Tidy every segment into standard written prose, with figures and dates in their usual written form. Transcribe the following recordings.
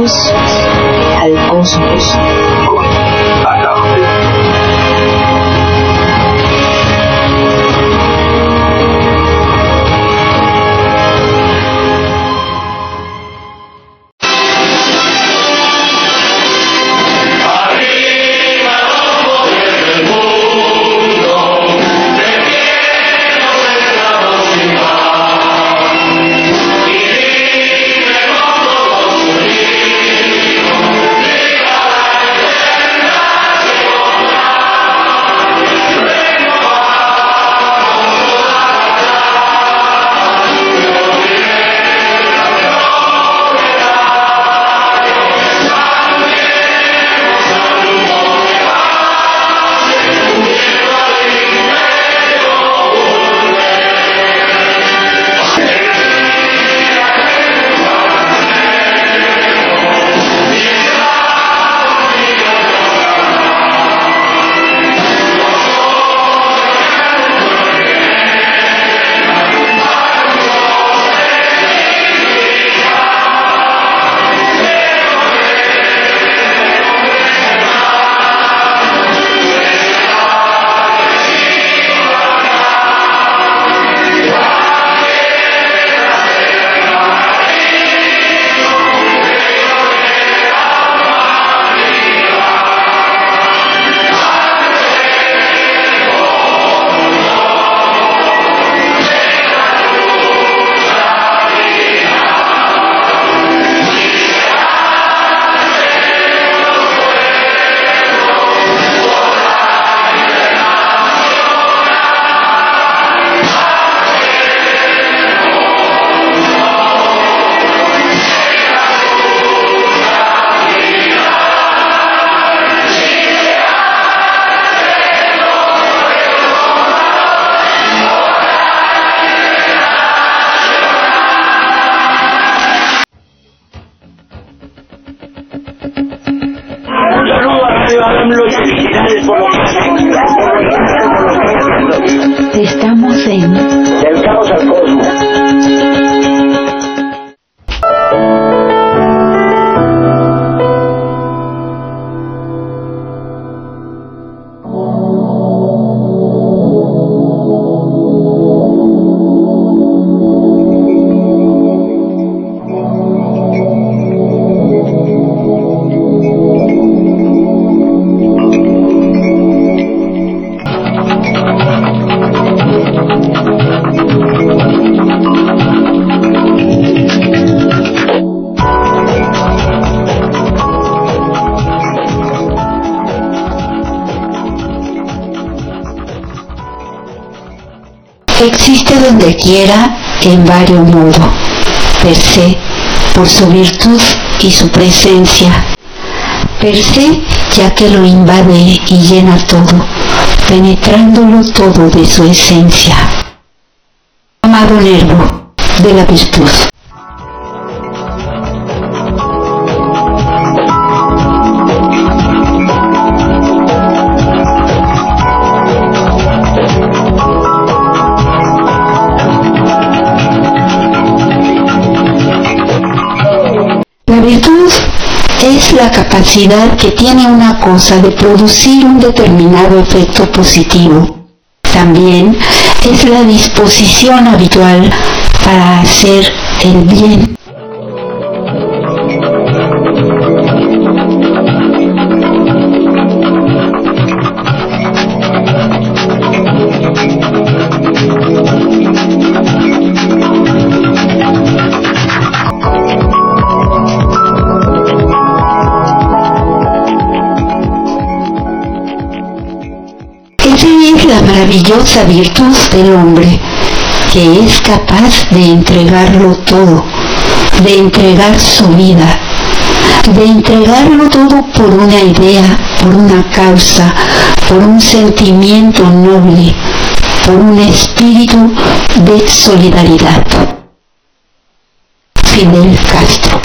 unidos al cosmos. Estamos en Del Caos al Cosmos. existe donde quiera en varios modos, per se, por su virtud y su presencia, per se, ya que lo invade y llena todo, penetrándolo todo de su esencia. Amado nervo de la virtud. La virtud es la capacidad que tiene una cosa de producir un determinado efecto positivo. También es la disposición habitual para hacer el bien. Esa es la maravillosa virtud del hombre, que es capaz de entregarlo todo, de entregar su vida, de entregarlo todo por una idea, por una causa, por un sentimiento noble, por un espíritu de solidaridad. Fidel Castro.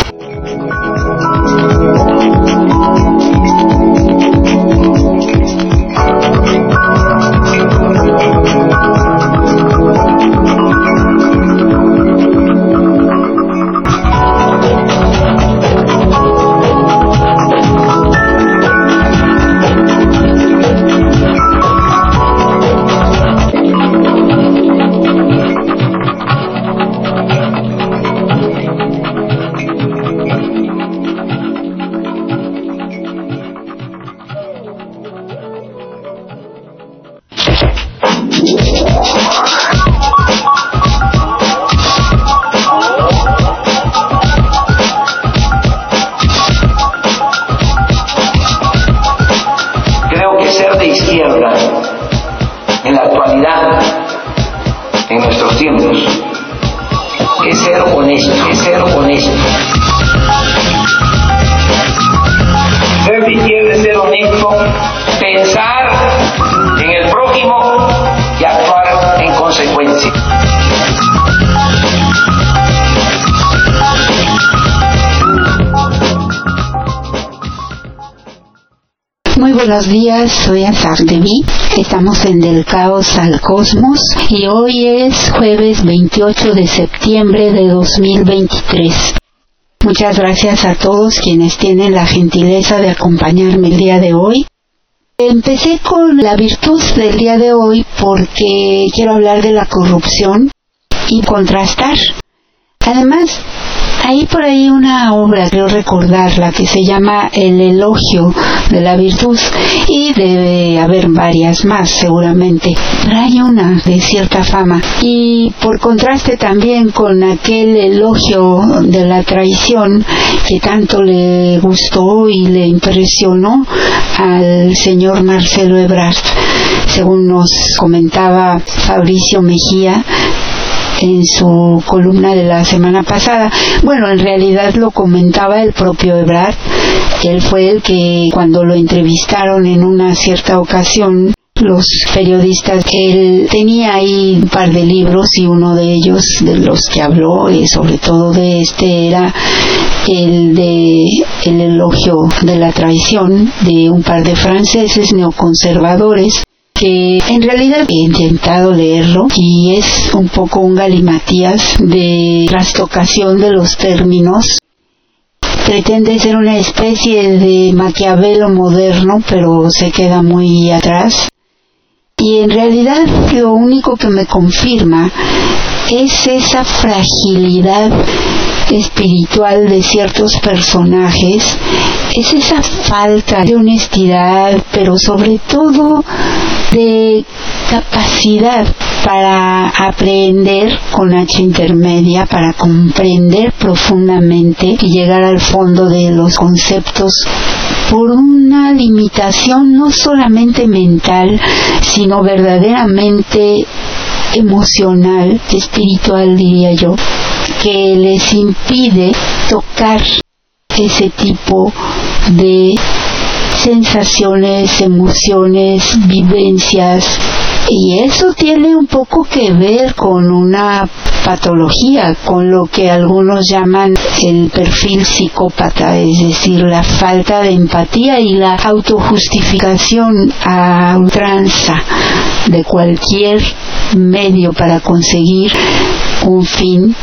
buenos días, soy Azar Devi. Estamos en Del Caos al Cosmos y hoy es jueves 28 de septiembre de 2023. Muchas gracias a todos quienes tienen la gentileza de acompañarme el día de hoy. Empecé con la virtud del día de hoy porque quiero hablar de la corrupción y contrastar. Además, hay por ahí una obra, creo recordarla, que se llama El Elogio de la Virtud, y debe haber varias más seguramente, pero hay una de cierta fama. Y por contraste también con aquel elogio de la traición que tanto le gustó y le impresionó al señor Marcelo Ebrard, según nos comentaba Fabricio Mejía en su columna de la semana pasada. Bueno, en realidad lo comentaba el propio Ebrard. Él fue el que, cuando lo entrevistaron en una cierta ocasión, los periodistas, él tenía ahí un par de libros y uno de ellos, de los que habló, y sobre todo de este, era el de El Elogio de la Traición, de un par de franceses neoconservadores, que en realidad he intentado leerlo y es un poco un galimatías de trastocación de los términos. Pretende ser una especie de Maquiavelo moderno, pero se queda muy atrás. Y en realidad lo único que me confirma es esa fragilidad espiritual de ciertos personajes, es esa falta de honestidad, pero sobre todo de capacidad para aprender con H intermedia, para comprender profundamente y llegar al fondo de los conceptos por una limitación no solamente mental, sino verdaderamente emocional, espiritual, diría yo, que les impide tocar ese tipo de sensaciones, emociones, vivencias. Y eso tiene un poco que ver con una patología, con lo que algunos llaman el perfil psicópata, es decir, la falta de empatía y la autojustificación a ultranza de cualquier medio para conseguir un fin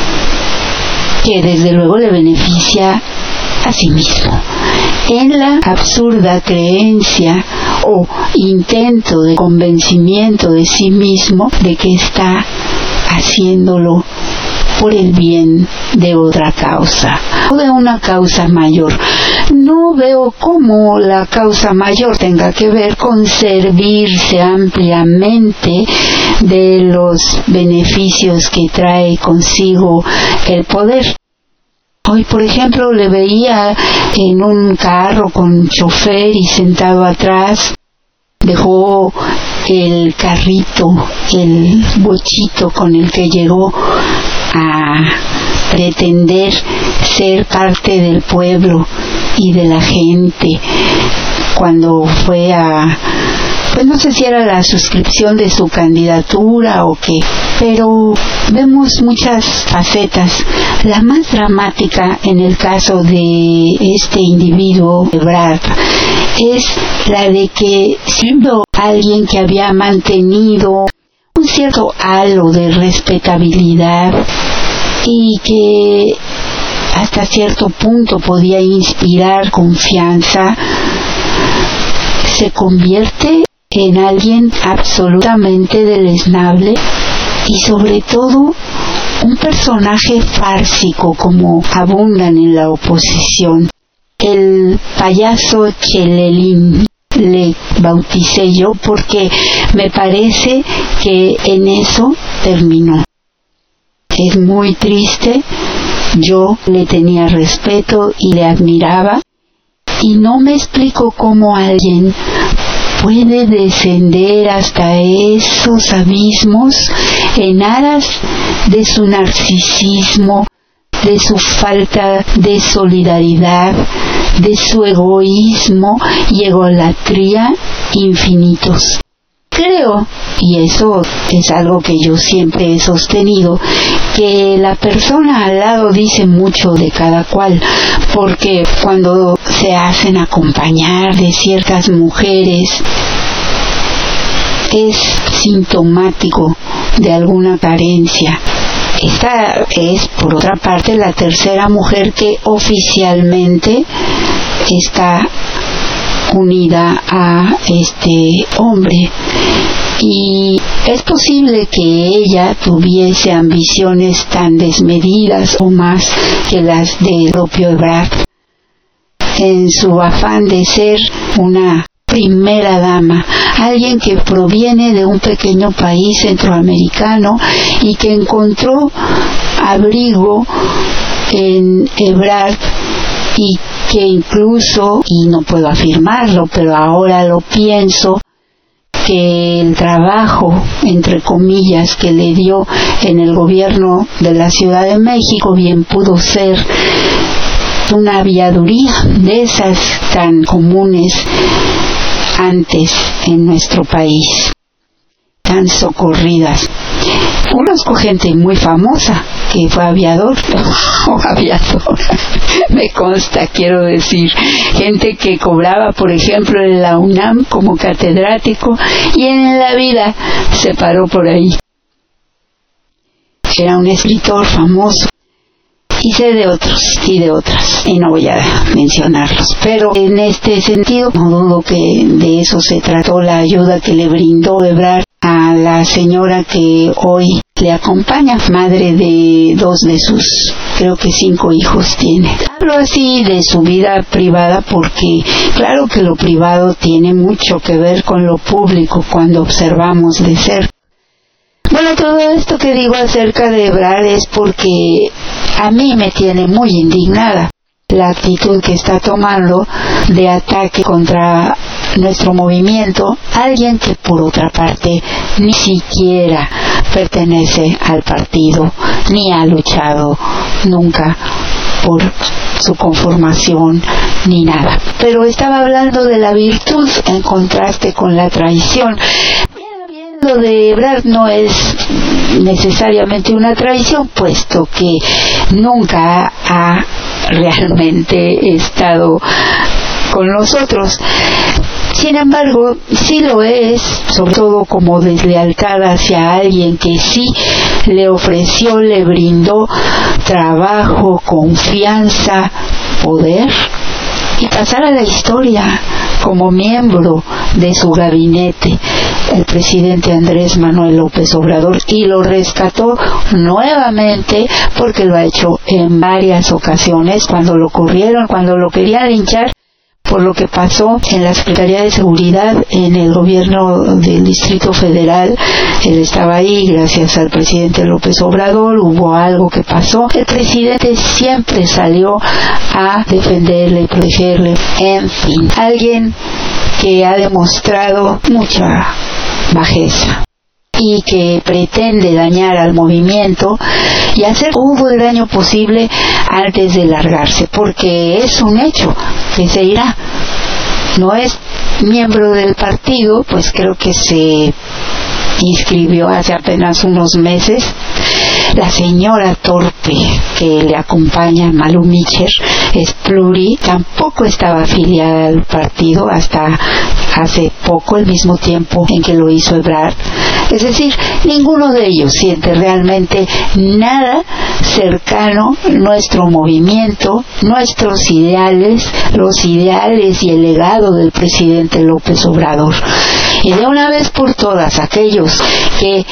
que desde luego le beneficia a sí mismo, en la absurda creencia o intento de convencimiento de sí mismo de que está haciéndolo por el bien de otra causa o de una causa mayor. No veo cómo la causa mayor tenga que ver con servirse ampliamente de los beneficios que trae consigo el poder. Hoy, por ejemplo, le veía en un carro con chofer y sentado atrás, dejó el carrito, el bochito con el que llegó a pretender ser parte del pueblo y de la gente cuando fue a, pues no sé si era la suscripción de su candidatura o qué, pero vemos muchas facetas. La más dramática en el caso de este individuo, Ebrard, es la de que, siendo alguien que había mantenido un cierto halo de respetabilidad y que hasta cierto punto podía inspirar confianza, se convierte en alguien absolutamente deleznable y sobre todo un personaje fársico, como abundan en la oposición. El payaso Chelelín le bauticé yo porque me parece que en eso terminó. Es muy triste. Yo le tenía respeto y le admiraba, y no me explico cómo alguien puede descender hasta esos abismos en aras de su narcisismo, de su falta de solidaridad, de su egoísmo y egolatría infinitos. Creo, y eso es algo que yo siempre he sostenido, que la persona al lado dice mucho de cada cual, porque cuando se hacen acompañar de ciertas mujeres es sintomático de alguna carencia. Esta es, por otra parte, la tercera mujer que oficialmente está unida a este hombre, y es posible que ella tuviese ambiciones tan desmedidas o más que las del propio Ebrard, en su afán de ser una primera dama, alguien que proviene de un pequeño país centroamericano y que encontró abrigo en Ebrard, y que incluso, y no puedo afirmarlo, pero ahora lo pienso, que el trabajo, entre comillas, que le dio en el gobierno de la Ciudad de México bien pudo ser una aviaduría de esas tan comunes antes en nuestro país, tan socorridas. Conozco gente muy famosa que fue aviador o aviadora, me consta, quiero decir, gente que cobraba, por ejemplo, en la UNAM como catedrático y en la vida se paró por ahí. Era un escritor famoso. Y sé de otros y de otras, y no voy a mencionarlos, pero en este sentido no dudo que de eso se trató la ayuda que le brindó Ebrard a la señora que hoy le acompaña, madre de 2 de sus, creo que 5 hijos tiene. Hablo así de su vida privada porque claro que lo privado tiene mucho que ver con lo público cuando observamos de cerca. Bueno, todo esto que digo acerca de Ebrard es porque a mí me tiene muy indignada la actitud que está tomando de ataque contra nuestro movimiento, alguien que por otra parte ni siquiera pertenece al partido, ni ha luchado nunca por su conformación, ni nada. Pero estaba hablando de la virtud en contraste con la traición. Lo de Ebrard no es necesariamente una traición, puesto que nunca ha realmente estado con nosotros. Sin embargo, sí lo es, sobre todo como deslealtad hacia alguien que sí le ofreció, le brindó trabajo, confianza, poder, y pasar a la historia como miembro de su gabinete, el presidente Andrés Manuel López Obrador, y lo rescató nuevamente porque lo ha hecho en varias ocasiones, cuando lo corrieron, cuando lo querían linchar por lo que pasó en la Secretaría de Seguridad en el gobierno del Distrito Federal. Él estaba ahí gracias al presidente López Obrador, hubo algo que pasó, el presidente siempre salió a defenderle y protegerle. En fin, alguien que ha demostrado mucha bajeza y que pretende dañar al movimiento y hacer todo el daño posible antes de largarse, porque es un hecho que se irá. No es miembro del partido, pues creo que se inscribió hace apenas unos meses. La señora torpe que le acompaña, Malu Micher, es pluri, tampoco estaba afiliada al partido hasta hace poco, el mismo tiempo en que lo hizo Ebrard. Es decir, ninguno de ellos siente realmente nada cercano nuestro movimiento, nuestros ideales, los ideales y el legado del presidente López Obrador. Y de una vez por todas, aquellos que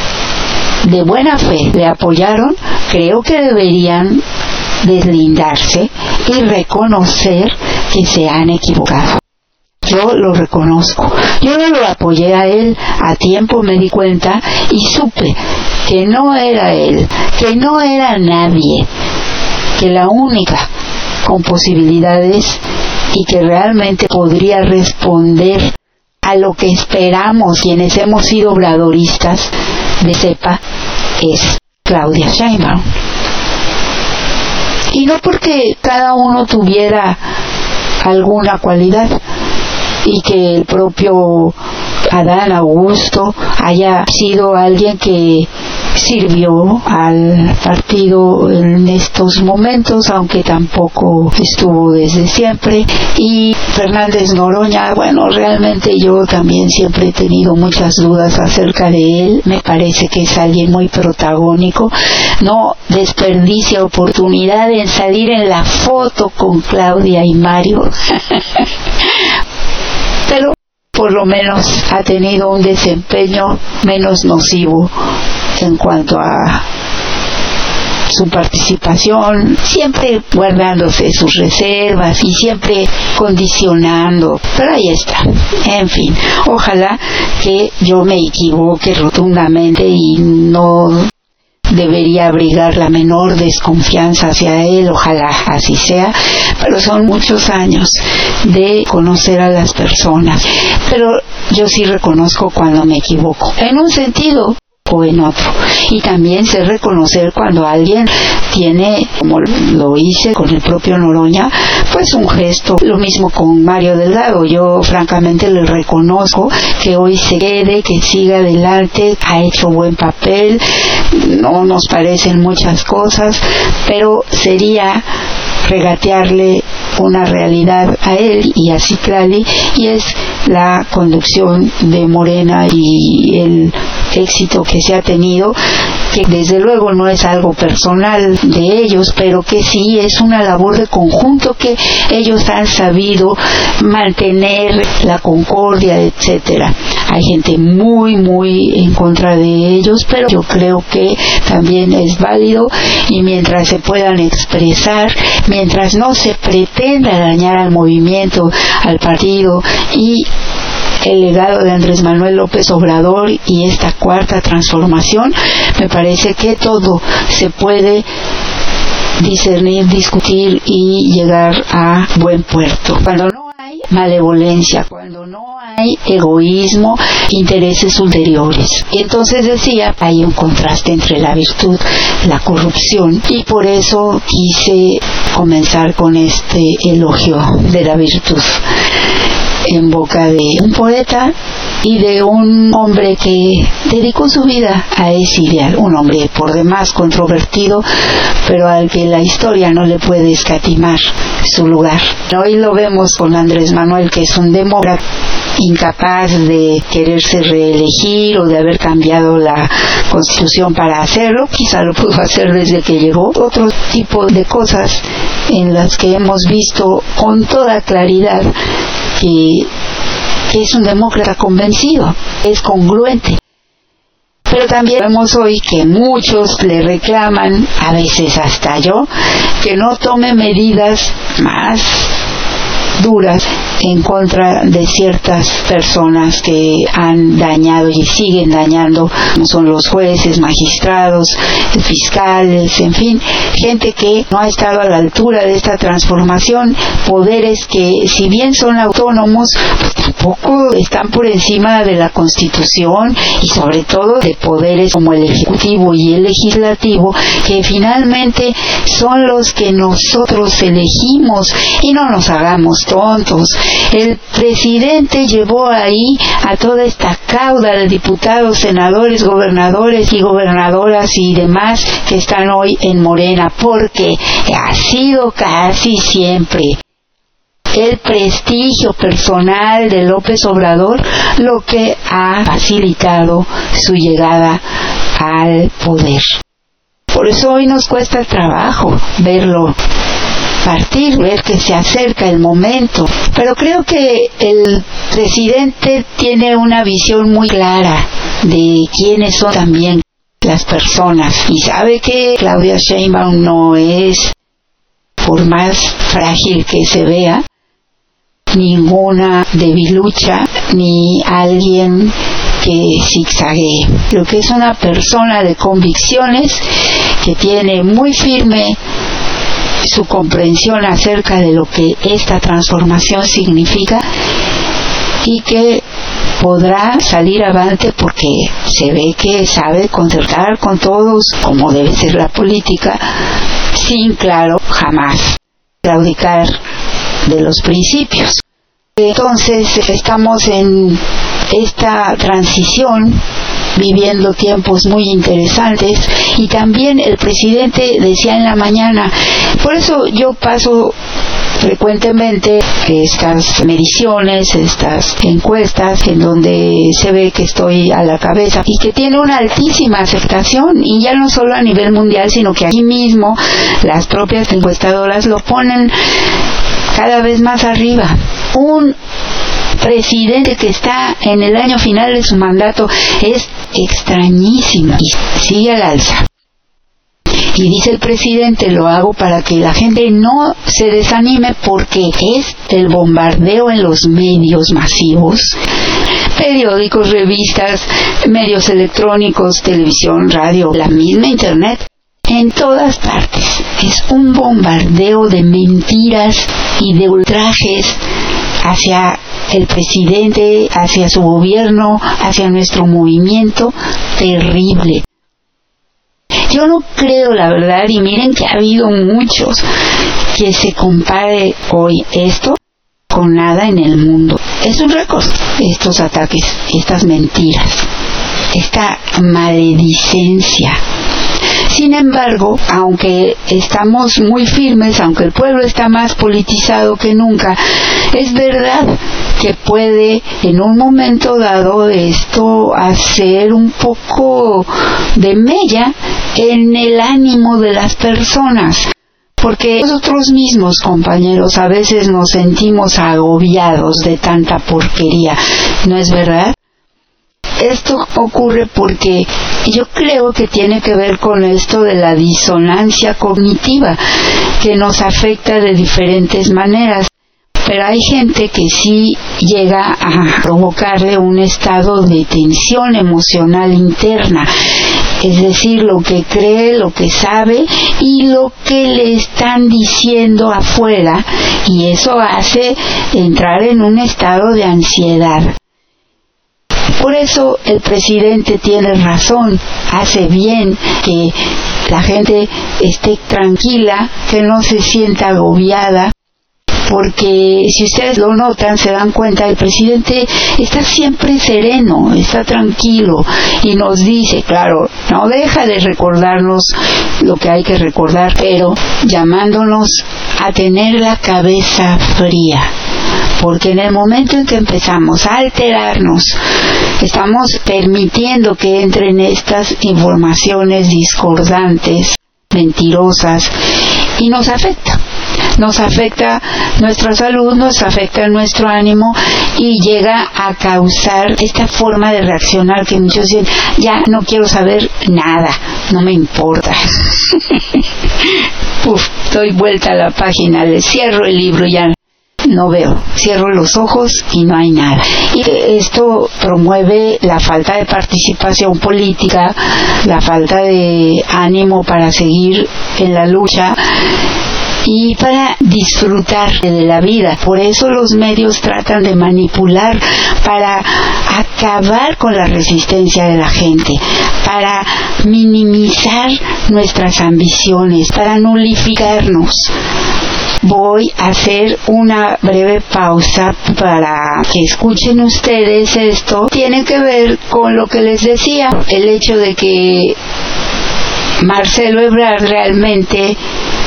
de buena fe le apoyaron, creo que deberían deslindarse y reconocer que se han equivocado. Yo lo reconozco. Yo no lo apoyé a él a tiempo, me di cuenta y supe que no era él, que no era nadie, que la única con posibilidades y que realmente podría responder a lo que esperamos quienes hemos sido obradoristas de cepa es Claudia Sheinbaum. Y no porque cada uno tuviera alguna cualidad y que el propio Adán Augusto haya sido alguien que sirvió al partido en estos momentos, aunque tampoco estuvo desde siempre. Y Fernández Noroña, bueno, realmente yo también siempre he tenido muchas dudas acerca de él. Me parece que es alguien muy protagónico, no desperdicia oportunidad en salir en la foto con Claudia y Mario pero por lo menos ha tenido un desempeño menos nocivo en cuanto a su participación, siempre guardándose sus reservas y siempre condicionando, pero ahí está. En fin, ojalá que yo me equivoque rotundamente y no debería abrigar la menor desconfianza hacia él, ojalá así sea, pero son muchos años de conocer a las personas, pero yo sí reconozco cuando me equivoco, en un sentido o en otro, y también sé reconocer cuando alguien tiene, como lo hice con el propio Noroña, pues un gesto. Lo mismo con Mario Delgado, yo francamente le reconozco que hoy se quede, que siga adelante, ha hecho buen papel, no nos parecen muchas cosas, pero sería regatearle una realidad a él y a Citlali, y es la conducción de Morena y el éxito que se ha tenido, que desde luego no es algo personal de ellos, pero que sí es una labor de conjunto que ellos han sabido mantener, la concordia, etcétera. Hay gente muy en contra de ellos, pero yo creo que también es válido, y mientras se puedan expresar, mientras no se pretenda dañar al movimiento, al partido y el legado de Andrés Manuel López Obrador y esta cuarta transformación, me parece que todo se puede discernir, discutir y llegar a buen puerto. Cuando no hay malevolencia, cuando no hay egoísmo, intereses ulteriores. Y entonces decía, hay un contraste entre la virtud, la corrupción, y por eso quise comenzar con este elogio de la virtud en boca de un poeta y de un hombre que dedicó su vida a ese ideal, un hombre por demás controvertido, pero al que la historia no le puede escatimar su lugar. Hoy lo vemos con Andrés Manuel, que es un demócrata incapaz de quererse reelegir o de haber cambiado la Constitución para hacerlo, quizá lo pudo hacer desde que llegó. Otro tipo de cosas en las que hemos visto con toda claridad que es un demócrata convencido, es congruente. Pero también vemos hoy que muchos le reclaman, a veces hasta yo, que no tome medidas más duras en contra de ciertas personas que han dañado y siguen dañando, como son los jueces, magistrados, fiscales, en fin, gente que no ha estado a la altura de esta transformación, poderes que si bien son autónomos, pues tampoco están por encima de la Constitución, y sobre todo de poderes como el Ejecutivo y el Legislativo, que finalmente son los que nosotros elegimos, y no nos hagamos tontos. El presidente llevó ahí a toda esta cauda de diputados, senadores, gobernadores y gobernadoras y demás que están hoy en Morena, porque ha sido casi siempre el prestigio personal de López Obrador lo que ha facilitado su llegada al poder. Por eso hoy nos cuesta trabajo verlo partir, ver que se acerca el momento, pero creo que el presidente tiene una visión muy clara de quiénes son también las personas, y sabe que Claudia Sheinbaum no es, por más frágil que se vea, ninguna debilucha ni alguien que zigzaguee. Creo que es una persona de convicciones, que tiene muy firme su comprensión acerca de lo que esta transformación significa, y que podrá salir avante porque se ve que sabe concertar con todos, como debe ser la política, sin, claro, jamás claudicar de los principios. Entonces estamos en esta transición, viviendo tiempos muy interesantes. Y también el presidente decía en la mañana, por eso yo paso frecuentemente estas mediciones, estas encuestas en donde se ve que estoy a la cabeza y que tiene una altísima aceptación, y ya no solo a nivel mundial, sino que aquí mismo las propias encuestadoras lo ponen cada vez más arriba. Un presidente que está en el año final de su mandato es extrañísimo y sigue al alza. Y dice el presidente, lo hago para que la gente no se desanime, porque es el bombardeo en los medios masivos, periódicos, revistas, medios electrónicos, televisión, radio, la misma internet, en todas partes. Es un bombardeo de mentiras y de ultrajes hacia el presidente, hacia su gobierno, hacia nuestro movimiento, terrible. Yo no creo, la verdad, y miren que ha habido muchos, que se compare hoy esto con nada en el mundo. Es un récord, estos ataques, estas mentiras, esta maledicencia. Sin embargo, aunque estamos muy firmes, aunque el pueblo está más politizado que nunca, es verdad que puede en un momento dado esto hacer un poco de mella en el ánimo de las personas. Porque nosotros mismos, compañeros, a veces nos sentimos agobiados de tanta porquería, ¿no es verdad? Esto ocurre porque yo creo que tiene que ver con esto de la disonancia cognitiva, que nos afecta de diferentes maneras. Pero hay gente que sí llega a provocarle un estado de tensión emocional interna. Es decir, lo que cree, lo que sabe y lo que le están diciendo afuera, y eso hace entrar en un estado de ansiedad. Por eso el presidente tiene razón, hace bien que la gente esté tranquila, que no se sienta agobiada, porque si ustedes lo notan, se dan cuenta, el presidente está siempre sereno, está tranquilo y nos dice, claro, no deja de recordarnos lo que hay que recordar, pero llamándonos a tener la cabeza fría. Porque en el momento en que empezamos a alterarnos, estamos permitiendo que entren estas informaciones discordantes, mentirosas, y nos afecta. Nos afecta nuestra salud, nos afecta nuestro ánimo y llega a causar esta forma de reaccionar que muchos dicen, ya no quiero saber nada, no me importa. Doy vuelta a la página, le cierro el libro, ya no veo, cierro los ojos y no hay nada. Y esto promueve la falta de participación política, la falta de ánimo para seguir en la lucha y para disfrutar de la vida. Por eso los medios tratan de manipular para acabar con la resistencia de la gente, para minimizar nuestras ambiciones, para nulificarnos. Voy a hacer una breve pausa para que escuchen ustedes esto. Tiene que ver con lo que les decía, el hecho de que Marcelo Ebrard realmente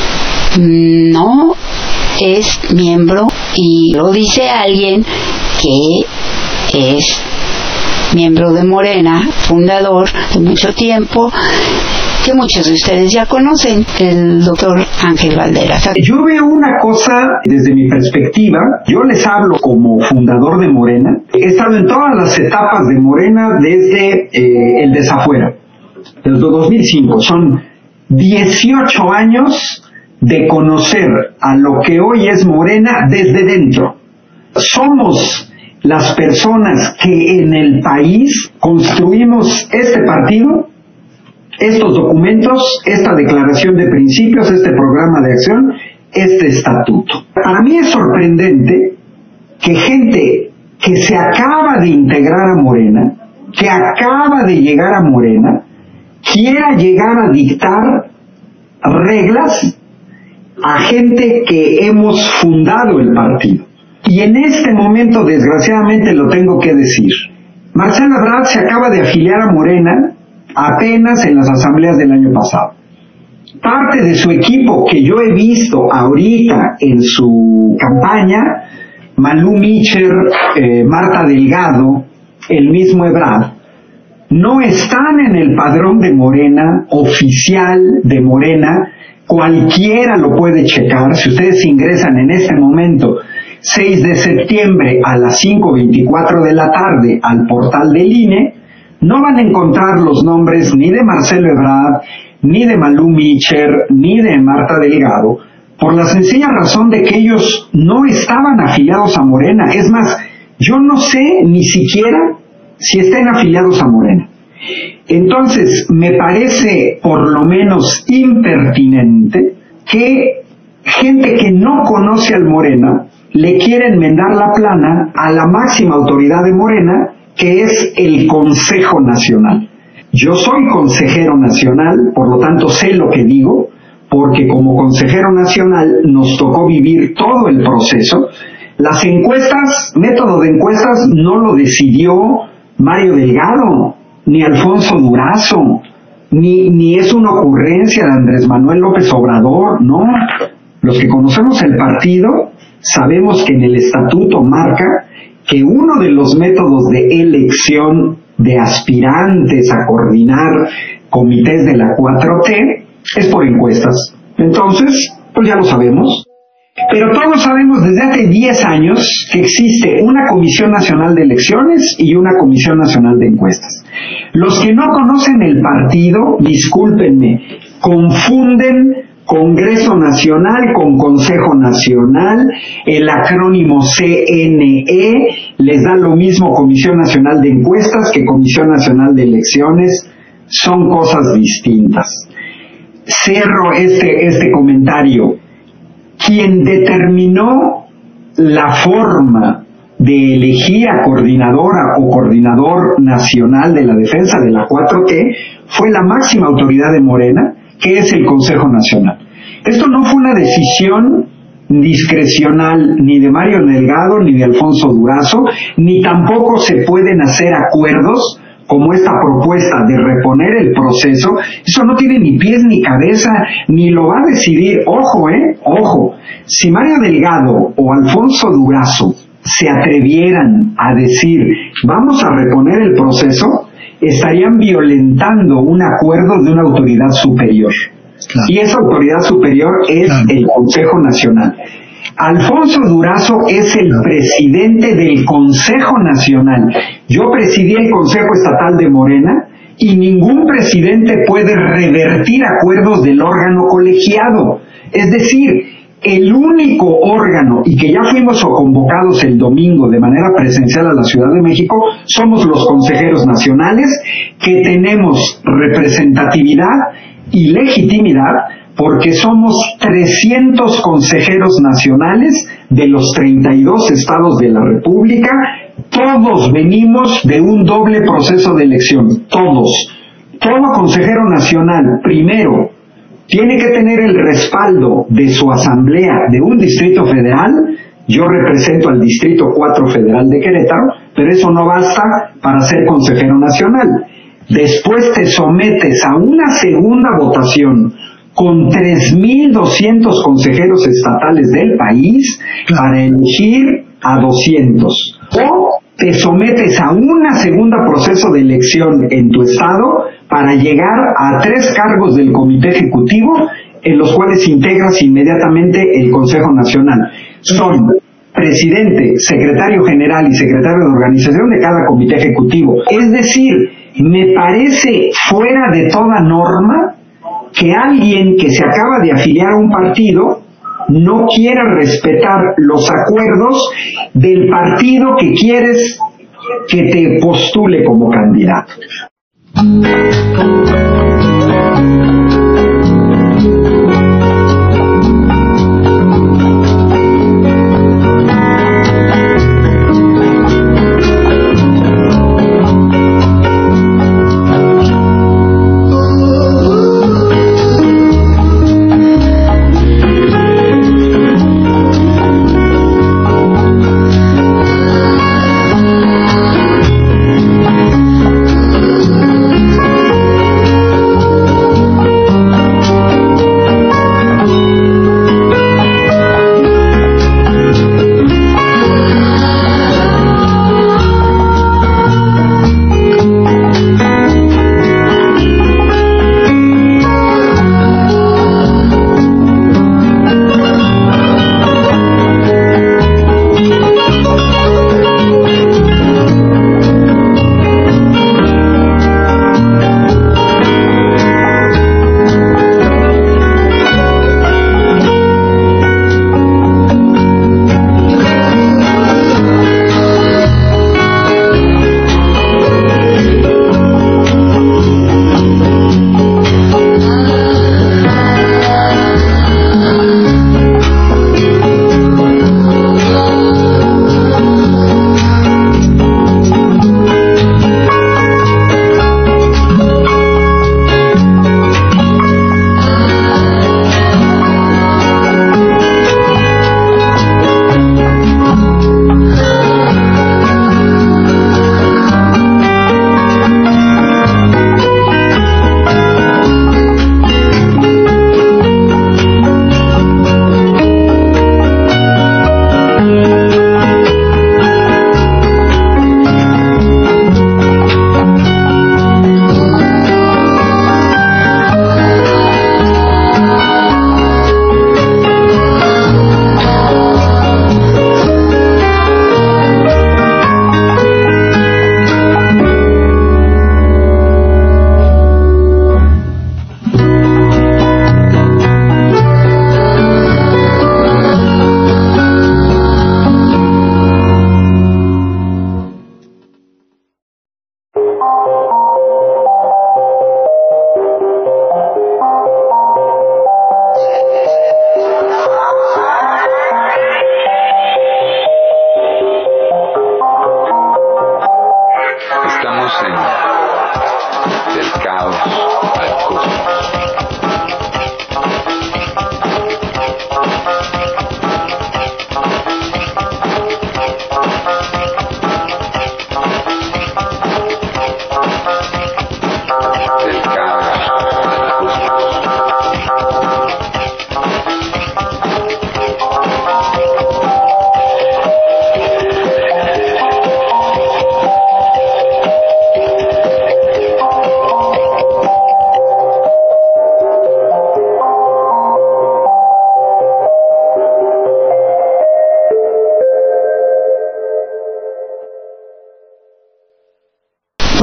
no es miembro, y lo dice alguien que es miembro de Morena, fundador de mucho tiempo, que muchos de ustedes ya conocen, el doctor Ángel Valderas. Yo veo una cosa desde mi perspectiva, yo les hablo como fundador de Morena, he estado en todas las etapas de Morena desde el desafuera, desde 2005, son 18 años de conocer a lo que hoy es Morena desde dentro. Somos las personas que en el país construimos este partido, estos documentos, esta declaración de principios, este programa de acción, este estatuto. Para mí es sorprendente que gente que se acaba de integrar a Morena, que acaba de llegar a Morena, quiera llegar a dictar reglas a gente que hemos fundado el partido. Y en este momento, desgraciadamente lo tengo que decir, Marcelo Ebrard se acaba de afiliar a Morena apenas en las asambleas del año pasado. Parte de su equipo que yo he visto ahorita en su campaña, Malú Micher, Marta Delgado, el mismo Ebrard, no están en el padrón de Morena, oficial de Morena. Cualquiera lo puede checar. Si ustedes ingresan en este momento, 6 de septiembre a las 5:24 de la tarde al portal del INE, no van a encontrar los nombres ni de Marcelo Ebrard, ni de Malú Micher, ni de Marta Delgado, por la sencilla razón de que ellos no estaban afiliados a Morena. Es más, yo no sé ni siquiera si estén afiliados a Morena. Entonces, me parece por lo menos impertinente que gente que no conoce al Morena le quiera enmendar la plana a la máxima autoridad de Morena, que es el Consejo Nacional. Yo soy consejero nacional, por lo tanto sé lo que digo, porque como consejero nacional nos tocó vivir todo el proceso. Las encuestas, método de encuestas, no lo decidió Mario Delgado, ni Alfonso Durazo, ni es una ocurrencia de Andrés Manuel López Obrador, no. Los que conocemos el partido sabemos que en el estatuto marca que uno de los métodos de elección de aspirantes a coordinar comités de la 4T es por encuestas. Entonces, pues ya lo sabemos. Pero todos sabemos desde hace 10 años que existe una Comisión Nacional de Elecciones y una Comisión Nacional de Encuestas. Los que no conocen el partido, discúlpenme, confunden Congreso Nacional con Consejo Nacional, el acrónimo CNE, les da lo mismo Comisión Nacional de Encuestas que Comisión Nacional de Elecciones, son cosas distintas. Cierro este comentario. Quien determinó la forma de elegir a coordinadora o coordinador nacional de la defensa de la 4T fue la máxima autoridad de Morena, que es el Consejo Nacional. Esto no fue una decisión discrecional ni de Mario Delgado ni de Alfonso Durazo, ni tampoco se pueden hacer acuerdos como esta propuesta de reponer el proceso. Eso no tiene ni pies ni cabeza, ni lo va a decidir. Ojo, si Mario Delgado o Alfonso Durazo se atrevieran a decir vamos a reponer el proceso, estarían violentando un acuerdo de una autoridad superior. Claro. Y esa autoridad superior es el Consejo Nacional. Alfonso Durazo es el presidente del Consejo Nacional. Yo presidí el Consejo Estatal de Morena y ningún presidente puede revertir acuerdos del órgano colegiado. Es decir, el único órgano, y que ya fuimos convocados el domingo de manera presencial a la Ciudad de México, somos los consejeros nacionales, que tenemos representatividad y legitimidad porque somos 300 consejeros nacionales de los 32 estados de la República. Todos venimos de un doble proceso de elección, todos. Todo consejero nacional, primero, tiene que tener el respaldo de su asamblea de un distrito federal. Yo represento al Distrito 4 Federal de Querétaro, pero eso no basta para ser consejero nacional. Después te sometes a una segunda votación con 3.200 consejeros estatales del país para elegir a 200. O te sometes a un segundo proceso de elección en tu estado para llegar a 3 cargos del Comité Ejecutivo, en los cuales integras inmediatamente el Consejo Nacional. Son presidente, secretario general y secretario de organización de cada Comité Ejecutivo. Es decir, me parece fuera de toda norma que alguien que se acaba de afiliar a un partido no quiera respetar los acuerdos del partido que quieres que te postule como candidato.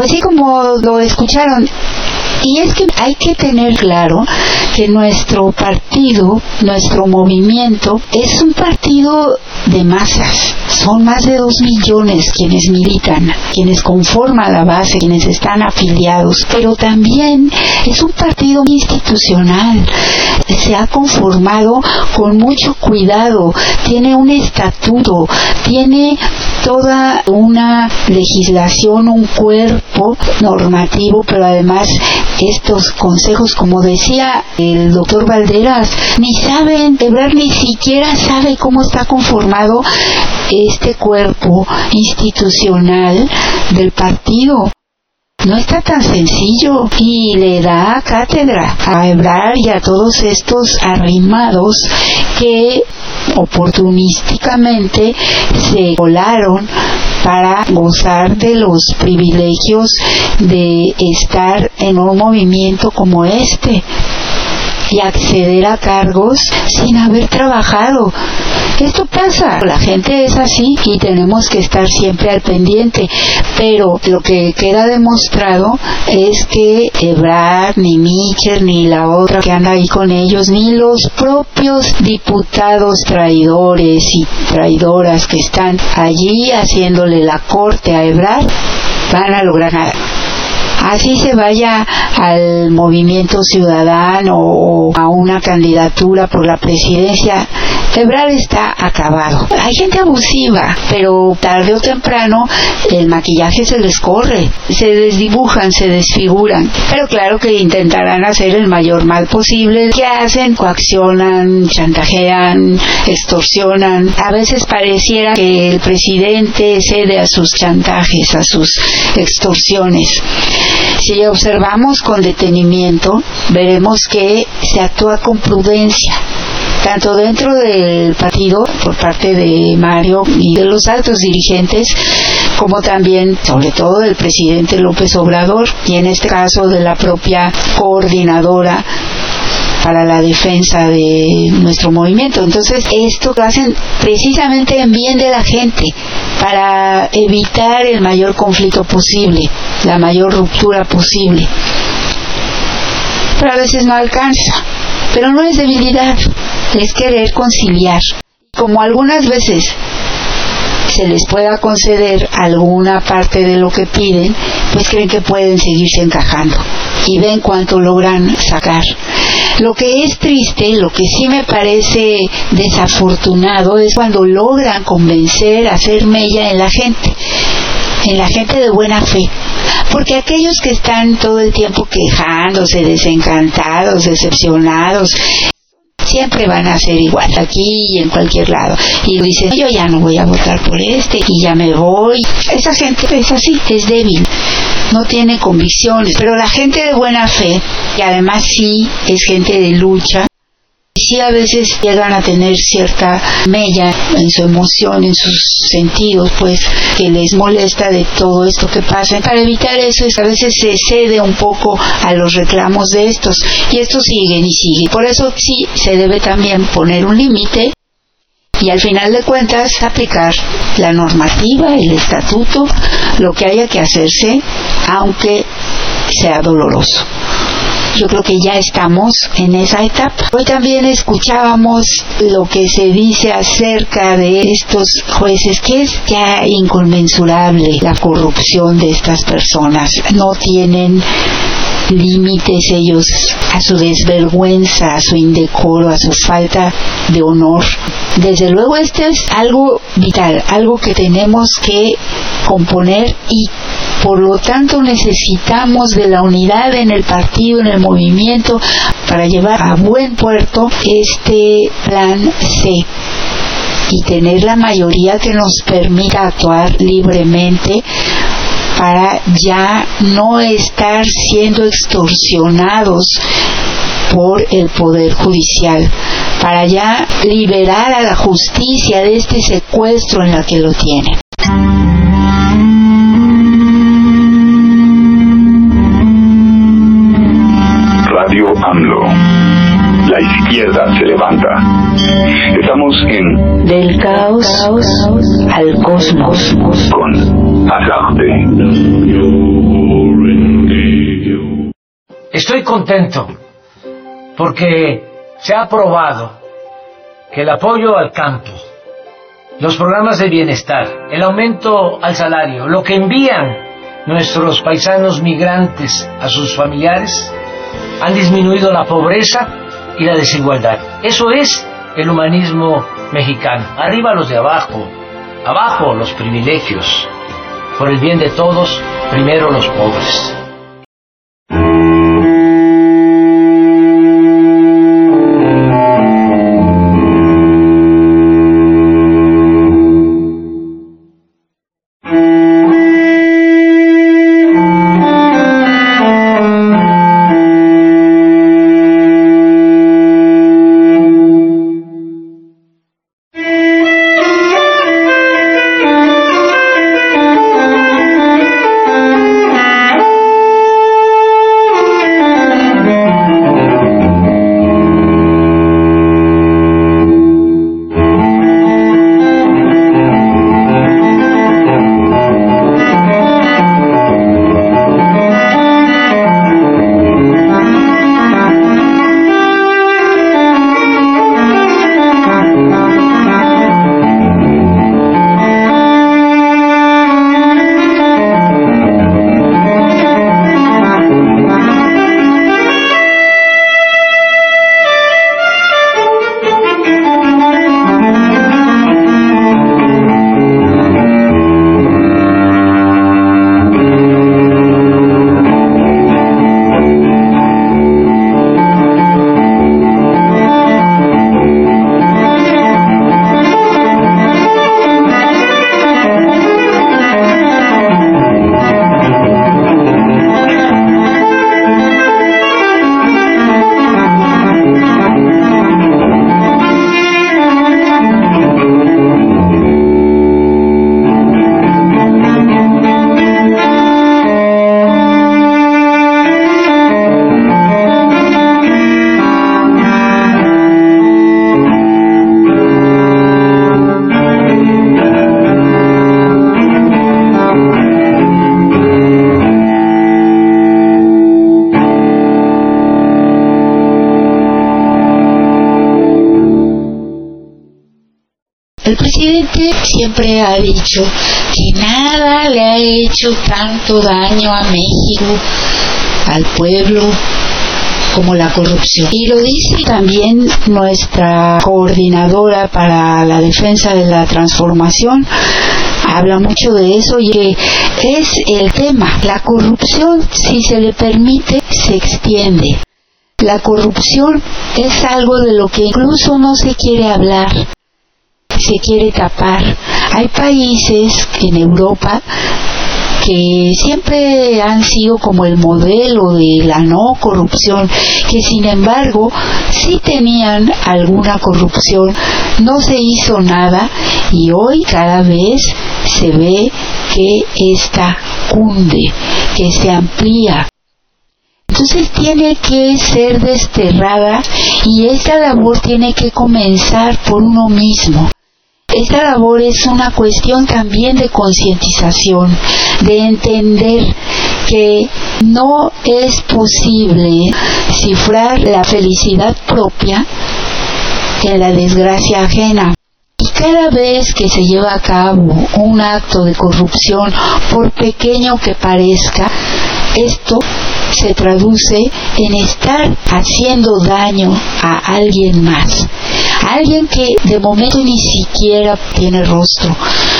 Pues sí, como lo escucharon. Y es que hay que tener claro que nuestro partido, nuestro movimiento, es un partido de masas. Son más de 2 millones quienes militan, quienes conforman la base, quienes están afiliados. Pero también es un partido institucional. Se ha conformado con mucho cuidado. Tiene un estatuto, tiene toda una legislación, un cuerpo normativo, pero además estos consejos, como decía el doctor Valderas, ni saben, Ebrard ni siquiera sabe cómo está conformado este cuerpo institucional del partido. No está tan sencillo, y le da cátedra a Ebrard y a todos estos arrimados que oportunísticamente se colaron para gozar de los privilegios de estar en un movimiento como este y acceder a cargos sin haber trabajado. Esto pasa, la gente es así y tenemos que estar siempre al pendiente, pero lo que queda demostrado es que Ebrard, ni Michel, ni la otra que anda ahí con ellos, ni los propios diputados traidores y traidoras que están allí haciéndole la corte a Ebrard, van a lograr nada. Así se vaya al movimiento ciudadano o a una candidatura por la presidencia, Ebrard está acabado. Hay gente abusiva, pero tarde o temprano el maquillaje se les corre, se desdibujan, se desfiguran. Pero claro que intentarán hacer el mayor mal posible. ¿Qué hacen? Coaccionan, chantajean, extorsionan. A veces pareciera que el presidente cede a sus chantajes, a sus extorsiones. Si observamos con detenimiento, veremos que se actúa con prudencia, tanto dentro del partido, por parte de Mario y de los altos dirigentes, como también, sobre todo, del presidente López Obrador, y en este caso de la propia coordinadora para la defensa de nuestro movimiento. Entonces, esto lo hacen precisamente en bien de la gente, para evitar el mayor conflicto posible, la mayor ruptura posible. Pero a veces no alcanza. Pero no es debilidad, es querer conciliar. Como algunas veces se les pueda conceder alguna parte de lo que piden, pues creen que pueden seguirse encajando y ven cuánto logran sacar. Lo que es triste, lo que sí me parece desafortunado, es cuando logran convencer, hacer mella en la gente de buena fe. Porque aquellos que están todo el tiempo quejándose, desencantados, decepcionados, siempre van a ser igual, aquí y en cualquier lado. Y dicen, yo ya no voy a votar por este y ya me voy. Esa gente es así, es débil, no tiene convicciones. Pero la gente de buena fe, que además sí es gente de lucha, sí a veces llegan a tener cierta mella en su emoción, en sus sentidos, pues, que les molesta de todo esto que pasa. Para evitar eso, a veces se cede un poco a los reclamos de estos, y estos siguen y siguen. Por eso sí se debe también poner un límite y al final de cuentas aplicar la normativa, el estatuto, lo que haya que hacerse, aunque sea doloroso. Yo creo que ya estamos en esa etapa. Hoy también escuchábamos lo que se dice acerca de estos jueces, que es ya inconmensurable la corrupción de estas personas. No tienen límites ellos a su desvergüenza, a su indecoro, a su falta de honor. Desde luego este es algo vital, algo que tenemos que componer, y por lo tanto necesitamos de la unidad en el partido, en el movimiento, para llevar a buen puerto este plan C y tener la mayoría que nos permita actuar libremente, para ya no estar siendo extorsionados por el Poder Judicial, para ya liberar a la justicia de este secuestro en la que lo tienen. Radio AMLO. La izquierda se levanta. Estamos en Del caos al cosmos con Azarte. Estoy contento porque se ha probado que el apoyo al campo, los programas de bienestar, el aumento al salario, lo que envían nuestros paisanos migrantes a sus familiares, han disminuido la pobreza y la desigualdad. Eso es el humanismo mexicano. Arriba los de abajo, abajo los privilegios. Por el bien de todos, primero los pobres. El presidente siempre ha dicho que nada le ha hecho tanto daño a México, al pueblo, como la corrupción. Y lo dice también nuestra coordinadora para la defensa de la transformación. Habla mucho de eso y que es el tema. La corrupción, si se le permite, se extiende. La corrupción es algo de lo que incluso no se quiere hablar, se quiere tapar. Hay países en Europa que siempre han sido como el modelo de la no corrupción, que sin embargo sí tenían alguna corrupción, no se hizo nada y hoy cada vez se ve que esta cunde, que se amplía. Entonces tiene que ser desterrada y esta labor tiene que comenzar por uno mismo. Esta labor es una cuestión también de concientización, de entender que no es posible cifrar la felicidad propia en la desgracia ajena. Y cada vez que se lleva a cabo un acto de corrupción, por pequeño que parezca, esto se traduce en estar haciendo daño a alguien más, a alguien que de momento ni siquiera tiene rostro.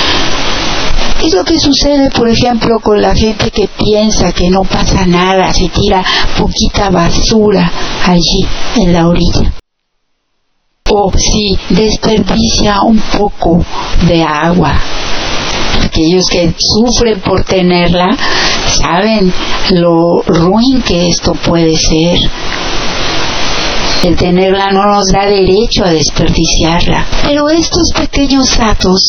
Es lo que sucede, por ejemplo, con la gente que piensa que no pasa nada, se tira poquita basura allí en la orilla. O si desperdicia un poco de agua. Aquellos que sufren por tenerla saben lo ruin que esto puede ser. El tenerla no nos da derecho a desperdiciarla. Pero estos pequeños actos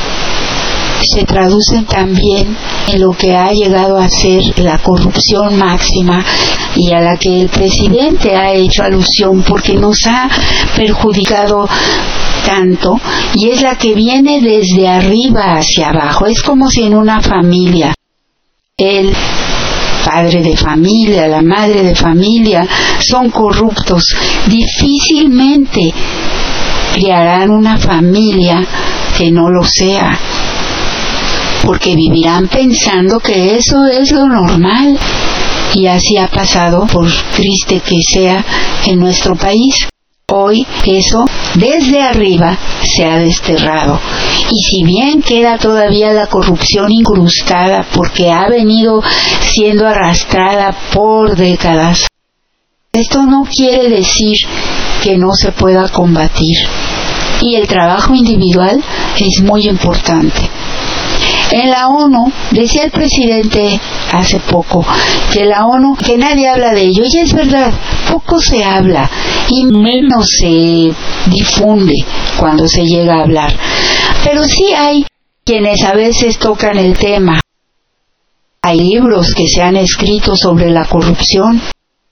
se traducen también en lo que ha llegado a ser la corrupción máxima y a la que el presidente ha hecho alusión porque nos ha perjudicado tanto, y es la que viene desde arriba hacia abajo. Es como si en una familia el padre de familia, la madre de familia, son corruptos, difícilmente criarán una familia que no lo sea, porque vivirán pensando que eso es lo normal. Y así ha pasado, por triste que sea, en nuestro país. Hoy eso desde arriba se ha desterrado. Y si bien queda todavía la corrupción incrustada porque ha venido siendo arrastrada por décadas, esto no quiere decir que no se pueda combatir. Y el trabajo individual es muy importante. En la ONU, decía el presidente hace poco, que la ONU, que nadie habla de ello, y es verdad, poco se habla y menos se difunde cuando se llega a hablar. Pero sí hay quienes a veces tocan el tema. Hay libros que se han escrito sobre la corrupción.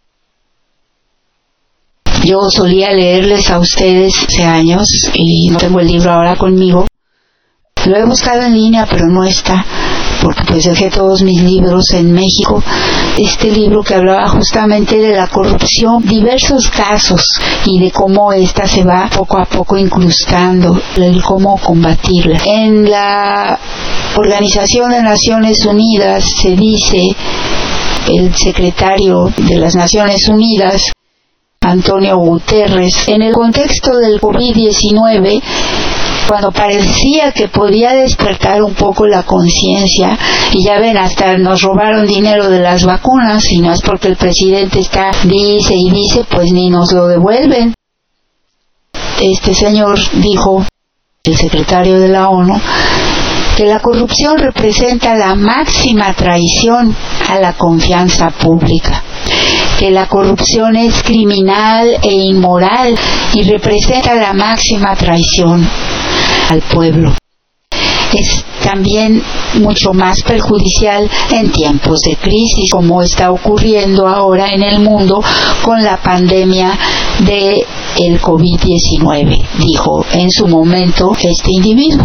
Yo solía leerles a ustedes hace años, y no tengo el libro ahora conmigo. Lo he buscado en línea, pero no está, porque pues dejé todos mis libros en México. Este libro que hablaba justamente de la corrupción, diversos casos, y de cómo ésta se va poco a poco incrustando, y cómo combatirla. En la Organización de Naciones Unidas se dice, el secretario de las Naciones Unidas, Antonio Guterres, en el contexto del COVID-19, cuando parecía que podía despertar un poco la conciencia, y ya ven, hasta nos robaron dinero de las vacunas, y no es porque el presidente dice y dice, pues ni nos lo devuelven. Este señor dijo, el secretario de la ONU, que la corrupción representa la máxima traición a la confianza pública, que la corrupción es criminal e inmoral y representa la máxima traición al pueblo. Es también mucho más perjudicial en tiempos de crisis, como está ocurriendo ahora en el mundo con la pandemia de el COVID-19, dijo en su momento este individuo.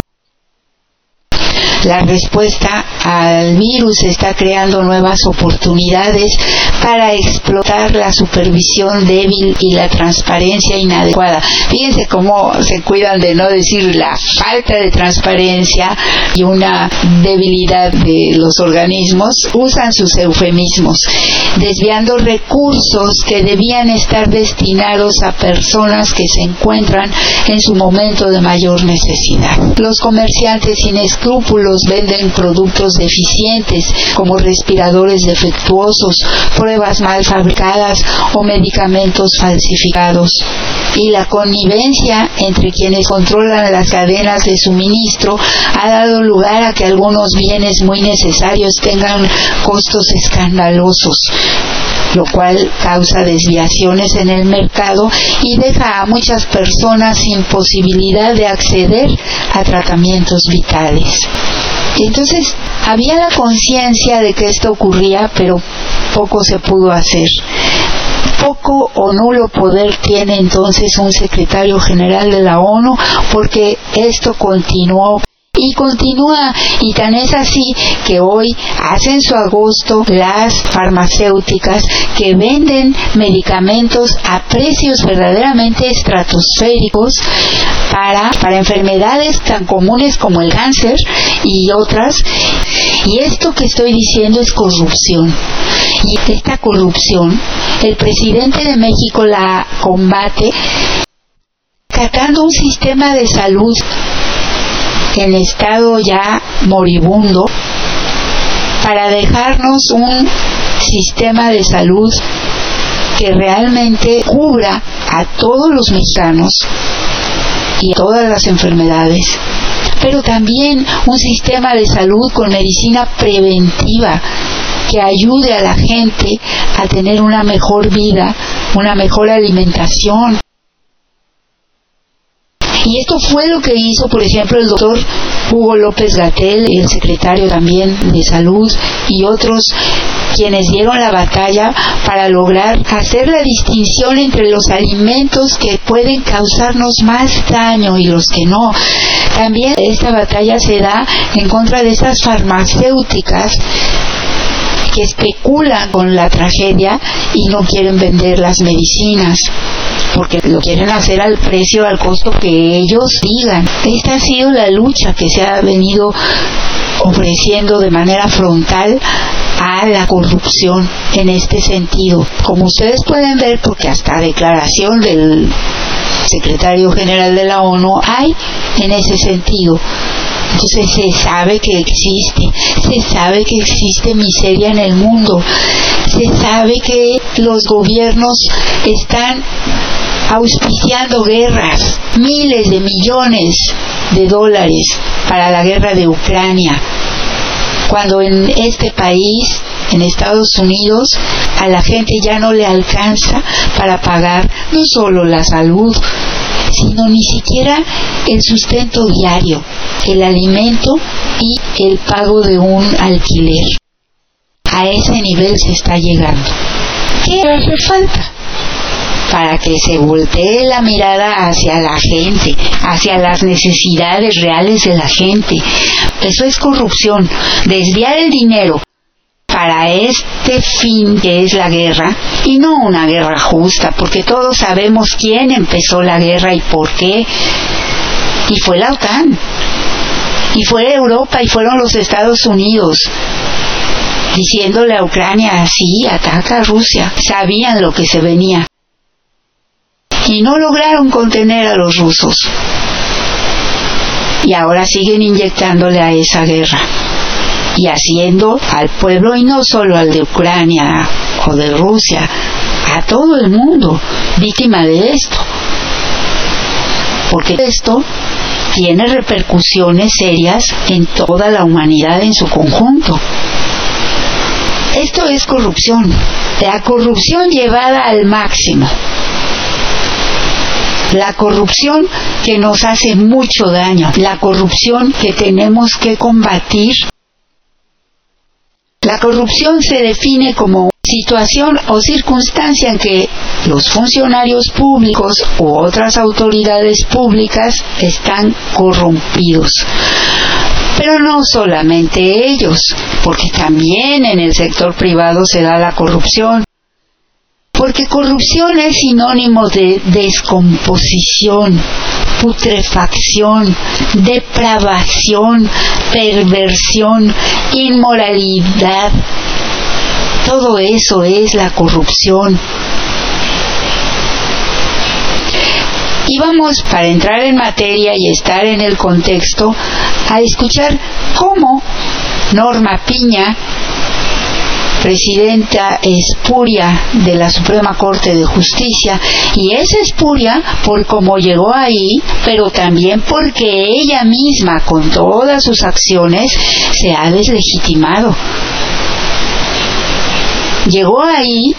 La respuesta al virus está creando nuevas oportunidades para explotar la supervisión débil y la transparencia inadecuada. Fíjense cómo se cuidan de no decir la falta de transparencia y una debilidad de los organismos. Usan sus eufemismos, desviando recursos que debían estar destinados a personas que se encuentran en su momento de mayor necesidad. Los comerciantes sin escrúpulos venden productos deficientes como respiradores defectuosos, pruebas mal fabricadas o medicamentos falsificados. Y la connivencia entre quienes controlan las cadenas de suministro ha dado lugar a que algunos bienes muy necesarios tengan costos escandalosos, lo cual causa desviaciones en el mercado y deja a muchas personas sin posibilidad de acceder a tratamientos vitales. Entonces, había la conciencia de que esto ocurría, pero poco se pudo hacer. Poco o nulo poder tiene entonces un secretario general de la ONU, porque esto continuó y continúa, y tan es así que hoy hacen su agosto las farmacéuticas que venden medicamentos a precios verdaderamente estratosféricos para enfermedades tan comunes como el cáncer y otras. Y esto que estoy diciendo es corrupción. Y esta corrupción, el presidente de México la combate tratando un sistema de salud en estado ya moribundo, para dejarnos un sistema de salud que realmente cubra a todos los mexicanos y a todas las enfermedades, pero también un sistema de salud con medicina preventiva que ayude a la gente a tener una mejor vida, una mejor alimentación. Y esto fue lo que hizo, por ejemplo, el doctor Hugo López-Gatell, el secretario también de Salud, y otros quienes dieron la batalla para lograr hacer la distinción entre los alimentos que pueden causarnos más daño y los que no. También esta batalla se da en contra de esas farmacéuticas que especulan con la tragedia y no quieren vender las medicinas, porque lo quieren hacer al precio, al costo que ellos digan. Esta ha sido la lucha que se ha venido ofreciendo de manera frontal a la corrupción en este sentido. Como ustedes pueden ver, porque hasta declaración del secretario general de la ONU hay en ese sentido. Entonces se sabe que existe miseria en el mundo, se sabe que los gobiernos están auspiciando guerras, miles de millones de dólares para la guerra de Ucrania, cuando en este país, en Estados Unidos, a la gente ya no le alcanza para pagar no solo la salud, sino ni siquiera el sustento diario, el alimento y el pago de un alquiler. A ese nivel se está llegando. ¿Qué hace falta? Para que se voltee la mirada hacia la gente, hacia las necesidades reales de la gente. Eso es corrupción, desviar el dinero para este fin que es la guerra, y no una guerra justa, porque todos sabemos quién empezó la guerra y por qué, y fue la OTAN, y fue Europa, y fueron los Estados Unidos, diciéndole a Ucrania, así, ataca a Rusia. Sabían lo que se venía, y no lograron contener a los rusos, y ahora siguen inyectándole a esa guerra y haciendo al pueblo, y no solo al de Ucrania o de Rusia, a todo el mundo víctima de esto, porque esto tiene repercusiones serias en toda la humanidad en su conjunto. Esto es corrupción, la corrupción llevada al máximo, la corrupción que nos hace mucho daño, la corrupción que tenemos que combatir. La corrupción se define como situación o circunstancia en que los funcionarios públicos u otras autoridades públicas están corrompidos. Pero no solamente ellos, porque también en el sector privado se da la corrupción. Porque corrupción es sinónimo de descomposición, putrefacción, depravación, perversión, inmoralidad. Todo eso es la corrupción. Y vamos, para entrar en materia y estar en el contexto, a escuchar cómo Norma Piña, presidenta espuria de la Suprema Corte de Justicia, y es espuria por cómo llegó ahí, pero también porque ella misma con todas sus acciones se ha deslegitimado. Llegó ahí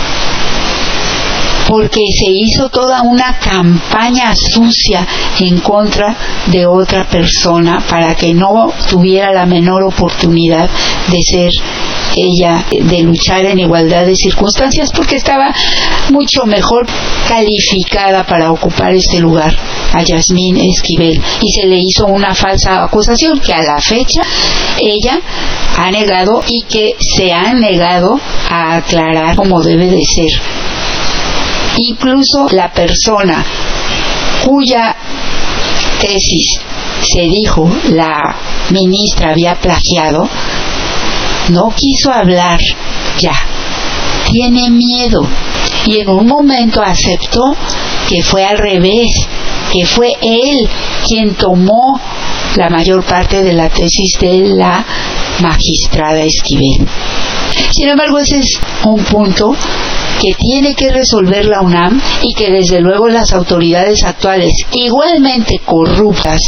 porque se hizo toda una campaña sucia en contra de otra persona para que no tuviera la menor oportunidad de ser ella, de luchar en igualdad de circunstancias, porque estaba mucho mejor calificada para ocupar este lugar, a Yasmín Esquivel, y se le hizo una falsa acusación que a la fecha ella ha negado y que se ha negado a aclarar como debe de ser. Incluso la persona cuya tesis se dijo la ministra había plagiado, no quiso hablar ya, tiene miedo, y en un momento aceptó que fue al revés, que fue él quien tomó la mayor parte de la tesis de la magistrada Esquivel. Sin embargo, ese es un punto que tiene que resolver la UNAM y que desde luego las autoridades actuales, igualmente corruptas,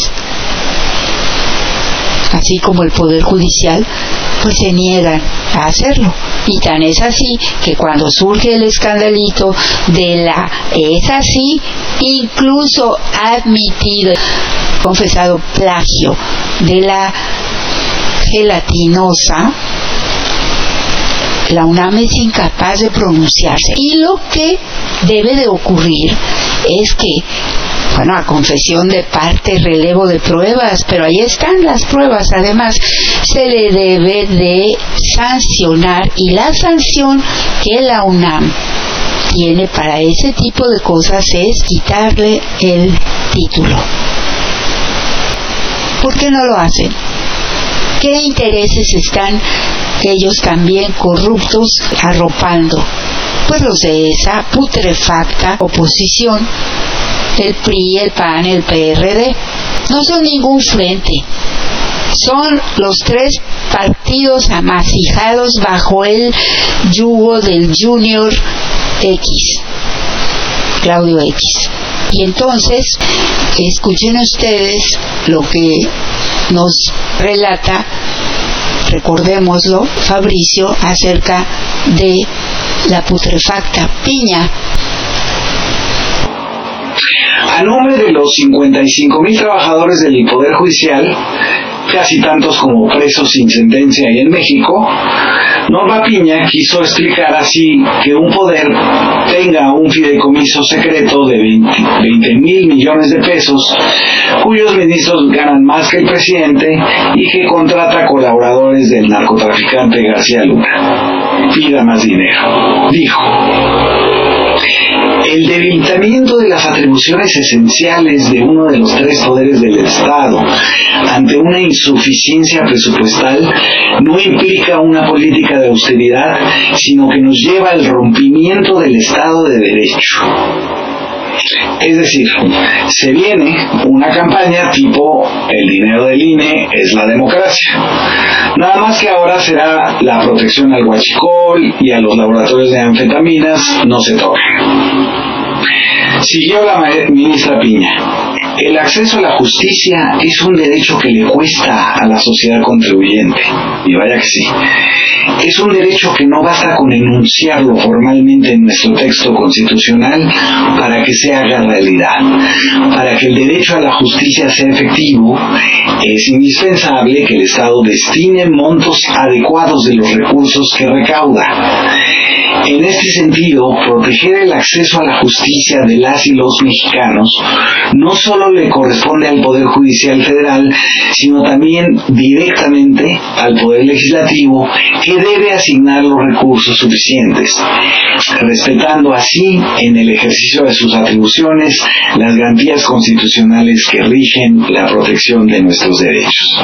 así como el Poder Judicial, pues se niegan a hacerlo. Y tan es así que cuando surge el escandalito de es así, incluso admitido, confesado plagio de la gelatinosa, la UNAM es incapaz de pronunciarse. Y lo que debe de ocurrir es que, bueno, a confesión de parte, relevo de pruebas, pero ahí están las pruebas. Además, se le debe de sancionar, y la sanción que la UNAM tiene para ese tipo de cosas es quitarle el título. ¿Por qué no lo hacen? ¿Qué intereses están ellos también corruptos arropando? Pues los de esa putrefacta oposición, el PRI, el PAN, el PRD. No son ningún frente, son los tres partidos amasijados bajo el yugo del Junior X, Claudio X. Y entonces, escuchen ustedes lo que nos relata, recordémoslo, Fabricio, acerca de la putrefacta Piña. A nombre de los 55,000 trabajadores del Poder Judicial, casi tantos como presos sin sentencia ahí en México, Norma Piña quiso explicar así que un poder tenga un fideicomiso secreto de 20,000 millones de pesos, cuyos ministros ganan más que el presidente y que contrata colaboradores del narcotraficante García Luna. Pida más dinero, dijo. El debilitamiento de las atribuciones esenciales de uno de los tres poderes del Estado ante una insuficiencia presupuestal no implica una política de austeridad, sino que nos lleva al rompimiento del Estado de Derecho. Es decir, se viene una campaña tipo el dinero del INE es la democracia. Nada más que ahora será la protección al huachicol y a los laboratorios de anfetaminas no se tocan. Siguió la ministra Piña. El acceso a la justicia es un derecho que le cuesta a la sociedad contribuyente. Y vaya que sí. Es un derecho que no basta con enunciarlo formalmente en nuestro texto constitucional para que se haga realidad. Para que el derecho a la justicia sea efectivo, es indispensable que el Estado destine montos adecuados de los recursos que recauda. En este sentido, proteger el acceso a la justicia de las y los mexicanos no solo le corresponde al Poder Judicial Federal, sino también directamente al Poder Legislativo, que debe asignar los recursos suficientes, respetando así, en el ejercicio de sus atribuciones, las garantías constitucionales que rigen la protección de nuestros derechos.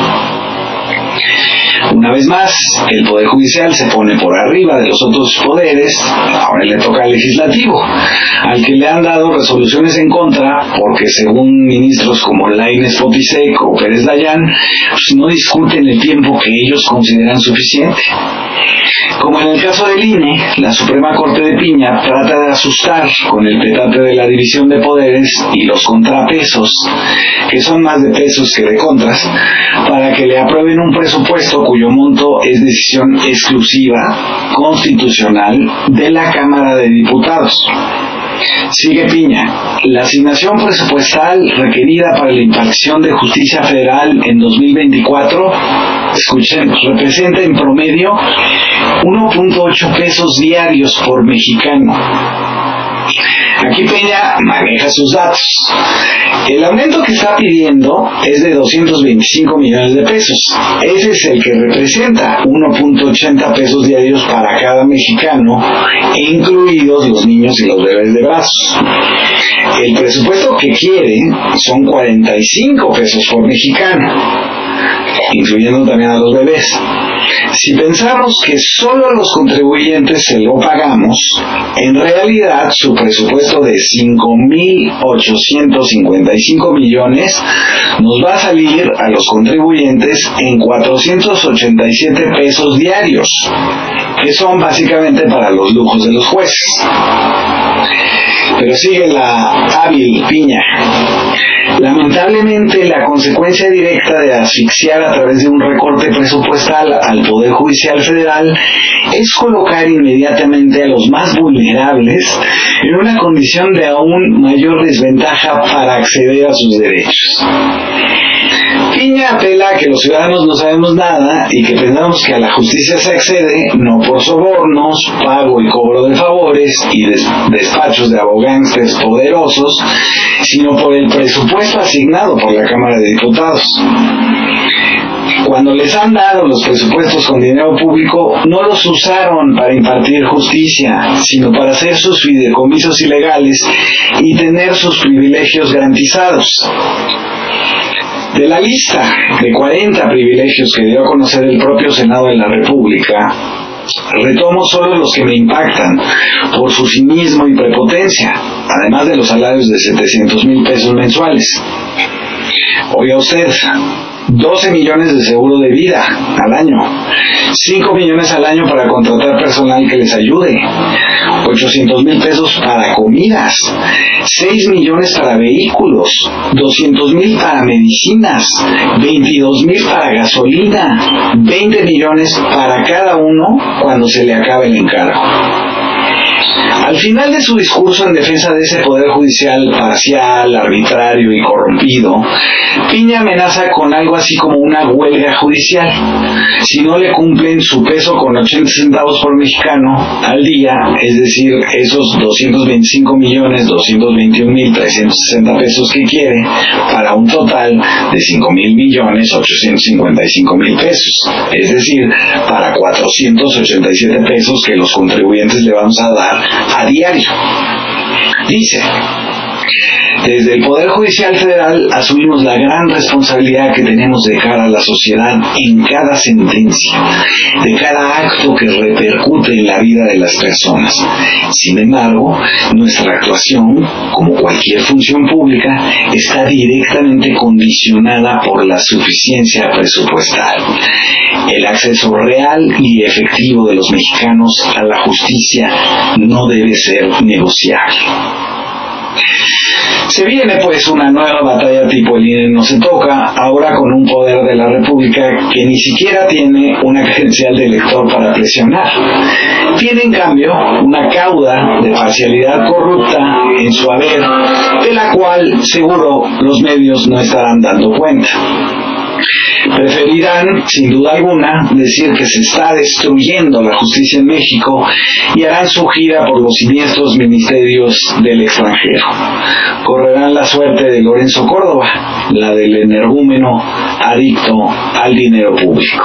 Una vez más, el Poder Judicial se pone por arriba de los otros poderes, ahora le toca al Legislativo, al que le han dado resoluciones en contra, porque según ministros como Lainez Potisek o Pérez Dayán, pues no discuten el tiempo que ellos consideran suficiente. Como en el caso del INE, la Suprema Corte de Piña trata de asustar con el petate de la división de poderes y los contrapesos, que son más de pesos que de contras, para que le aprueben un presupuesto cuyo monto es decisión exclusiva, constitucional, de la Cámara de Diputados. Sigue Piña. La asignación presupuestal requerida para la impartición de justicia federal en 2024, escuchen, representa en promedio 1.8 pesos diarios por mexicano. Aquí Peña maneja sus datos. El aumento que está pidiendo es de 225 millones de pesos. Ese es el que representa 1.80 pesos diarios para cada mexicano, incluidos los niños y los bebés de brazos. El presupuesto que quiere son 45 pesos por mexicano, incluyendo también a los bebés. Si pensamos que solo los contribuyentes se lo pagamos, en realidad su presupuesto de 5.855 millones nos va a salir a los contribuyentes en 487 pesos diarios, que son básicamente para los lujos de los jueces. Pero sigue la hábil Piña. Lamentablemente, la consecuencia directa de asfixiar a través de un recorte presupuestal al Poder Judicial Federal es colocar inmediatamente a los más vulnerables en una condición de aún mayor desventaja para acceder a sus derechos. Piña apela a que los ciudadanos no sabemos nada y que pensamos que a la justicia se accede no por sobornos, pago y cobro de favores y despachos de abogángsters poderosos, sino por el presupuesto asignado por la Cámara de Diputados. Cuando les han dado los presupuestos con dinero público, no los usaron para impartir justicia, sino para hacer sus fideicomisos ilegales y tener sus privilegios garantizados. De la lista de 40 privilegios que dio a conocer el propio Senado de la República, retomo solo los que me impactan por su cinismo y prepotencia, además de los salarios de 700,000 pesos mensuales. Oiga usted, 12 millones de seguro de vida al año, 5 millones al año para contratar personal que les ayude, 800,000 pesos para comidas, 6 millones para vehículos, 200,000 para medicinas, 22,000 para gasolina, 20 millones para cada uno cuando se le acabe el encargo. Al final de su discurso en defensa de ese poder judicial parcial, arbitrario y corrompido, Piña amenaza con algo así como una huelga judicial si no le cumplen su peso con 80 centavos por mexicano al día, es decir, esos 225,221,360 pesos que quiere, para un total de 5,000,855,000 pesos, es decir, para 487 pesos que los contribuyentes le vamos a dar a diario. Dice: desde el Poder Judicial Federal asumimos la gran responsabilidad que tenemos de cara a la sociedad en cada sentencia, de cada acto que repercute en la vida de las personas. Sin embargo, nuestra actuación, como cualquier función pública, está directamente condicionada por la suficiencia presupuestal. El acceso real y efectivo de los mexicanos a la justicia no debe ser negociable. Se viene pues una nueva batalla tipo el INE no se toca, ahora con un poder de la República que ni siquiera tiene una credencial de elector para presionar. Tiene en cambio una cauda de parcialidad corrupta en su haber, de la cual seguro los medios no estarán dando cuenta. Preferirán, sin duda alguna, decir que se está destruyendo la justicia en México y harán su gira por los siniestros ministerios del extranjero. Correrán la suerte de Lorenzo Córdoba, la del energúmeno adicto al dinero público.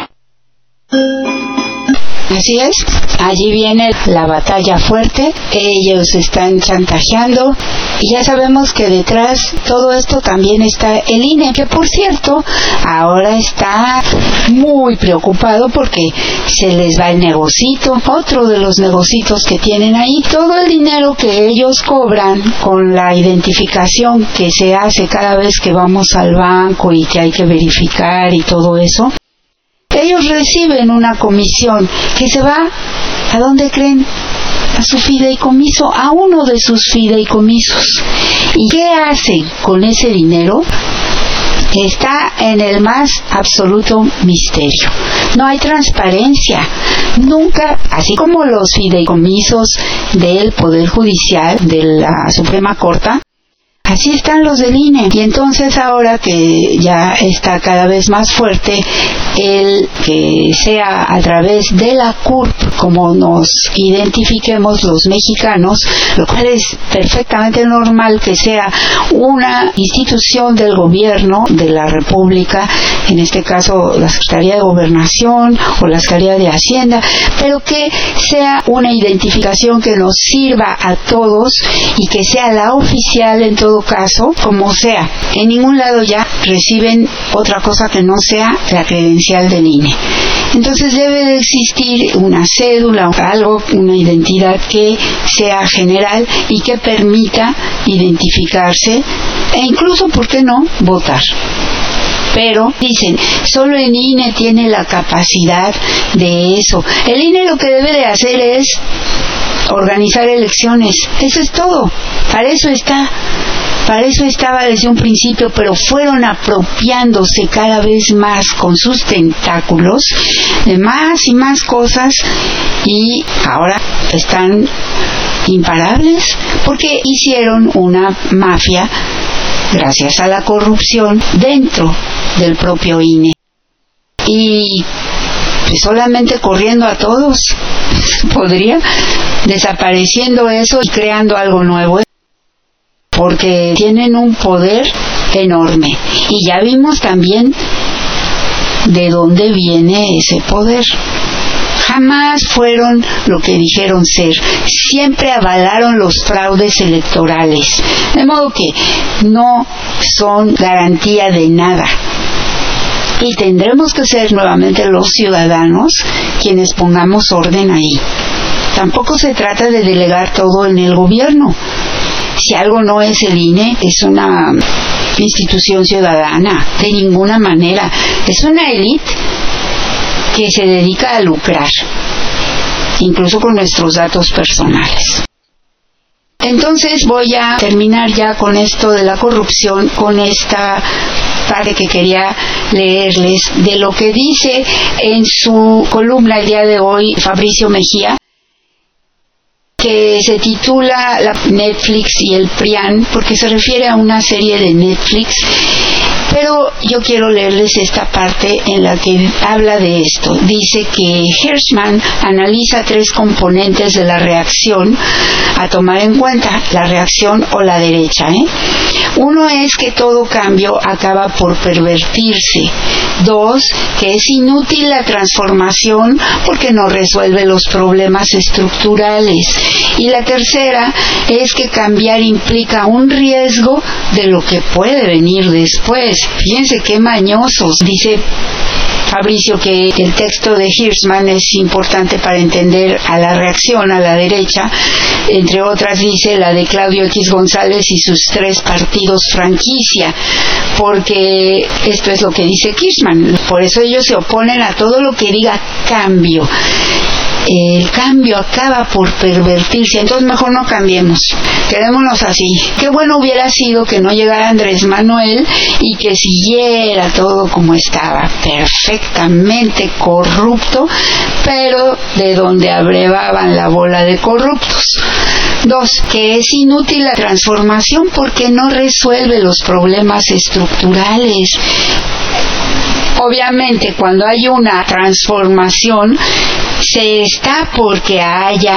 Así es, allí viene la batalla fuerte, ellos están chantajeando y ya sabemos que detrás todo esto también está el INE, que por cierto ahora está muy preocupado porque se les va el negocito, otro de los negocitos que tienen ahí, todo el dinero que ellos cobran con la identificación que se hace cada vez que vamos al banco y que hay que verificar y todo eso. Ellos reciben una comisión que se va, ¿a dónde creen? A su fideicomiso, a uno de sus fideicomisos. ¿Y qué hacen con ese dinero? Está en el más absoluto misterio. No hay transparencia. Nunca, así como los fideicomisos del Poder Judicial, de la Suprema Corte, así están los del INE. Y entonces ahora que ya está cada vez más fuerte el que sea a través de la CURP como nos identifiquemos los mexicanos, lo cual es perfectamente normal que sea una institución del gobierno de la República, en este caso la Secretaría de Gobernación o la Secretaría de Hacienda, pero que sea una identificación que nos sirva a todos y que sea la oficial en todo caso, como sea. En ningún lado ya reciben otra cosa que no sea la credencial del INE. Entonces debe de existir una cédula, algo, una identidad que sea general y que permita identificarse e incluso, ¿por qué no?, votar. Pero dicen, solo el INE tiene la capacidad de eso. El INE lo que debe de hacer es organizar elecciones. Eso es todo. Para eso está. Para eso estaba desde un principio, pero fueron apropiándose cada vez más con sus tentáculos de más y más cosas y ahora están imparables porque hicieron una mafia gracias a la corrupción dentro del propio INE. Y pues solamente corriendo a todos podría, desapareciendo eso y creando algo nuevo, porque tienen un poder enorme. Y ya vimos también de dónde viene ese poder. Jamás fueron lo que dijeron ser, siempre avalaron los fraudes electorales, de modo que no son garantía de nada. Y tendremos que ser nuevamente los ciudadanos quienes pongamos orden ahí. Tampoco se trata de delegar todo en el gobierno. Si algo no es el INE, es una institución ciudadana, de ninguna manera. Es una élite que se dedica a lucrar, incluso con nuestros datos personales. Entonces voy a terminar ya con esto de la corrupción, con esta parte que quería leerles de lo que dice en su columna el día de hoy Fabricio Mejía, que se titula la Netflix y el PRIAN, porque se refiere a una serie de Netflix. Pero yo quiero leerles esta parte en la que habla de esto. Dice que Hirschman analiza 3 componentes de la reacción a tomar en cuenta, la reacción o la derecha. Uno es que todo cambio acaba por pervertirse. 2, que es inútil la transformación porque no resuelve los problemas estructurales. Y la tercera es que cambiar implica un riesgo de lo que puede venir después. Fíjense qué mañosos. Dice Fabricio que el texto de Hirschman es importante para entender a la reacción a la derecha, entre otras dice la de Claudio X González y sus 3 partidos franquicia, porque esto es lo que dice Hirschman. Por eso ellos se oponen a todo lo que diga cambio. El cambio acaba por pervertirse, entonces mejor no cambiemos, quedémonos así. Qué bueno hubiera sido que no llegara Andrés Manuel y que siguiera todo como estaba, perfectamente corrupto, pero de donde abrevaban la bola de corruptos. 2, que es inútil la transformación porque no resuelve los problemas estructurales. Obviamente, cuando hay una transformación, se está porque haya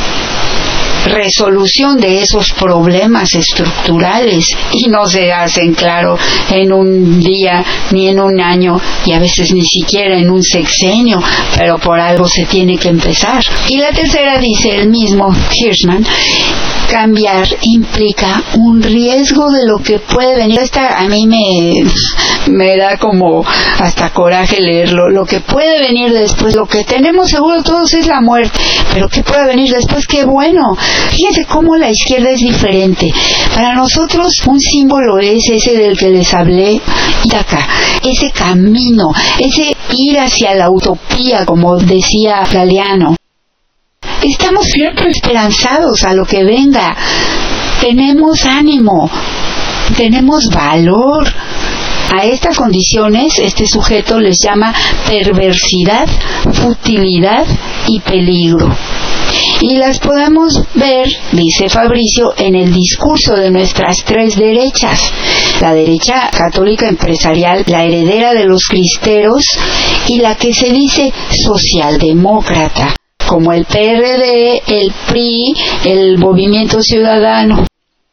resolución de esos problemas estructurales y no se hacen, claro, en un día ni en un año y a veces ni siquiera en un sexenio, pero por algo se tiene que empezar. Y la tercera, dice el mismo Hirschman, cambiar implica un riesgo de lo que puede venir. Esta a mí me da como hasta coraje leerlo. Lo que puede venir después, lo que tenemos seguro todos es la muerte, pero ¿qué puede venir después? ¡Qué bueno! Fíjense cómo la izquierda es diferente. Para nosotros un símbolo es ese del que les hablé, ir acá, ese camino, ese ir hacia la utopía, como decía Galeano. Estamos siempre esperanzados a lo que venga. Tenemos ánimo, tenemos valor. A estas condiciones este sujeto les llama perversidad, futilidad y peligro. Y las podemos ver, dice Fabricio, en el discurso de nuestras 3 derechas. La derecha católica empresarial, la heredera de los cristeros, y la que se dice socialdemócrata, como el PRD, el PRI, el Movimiento Ciudadano.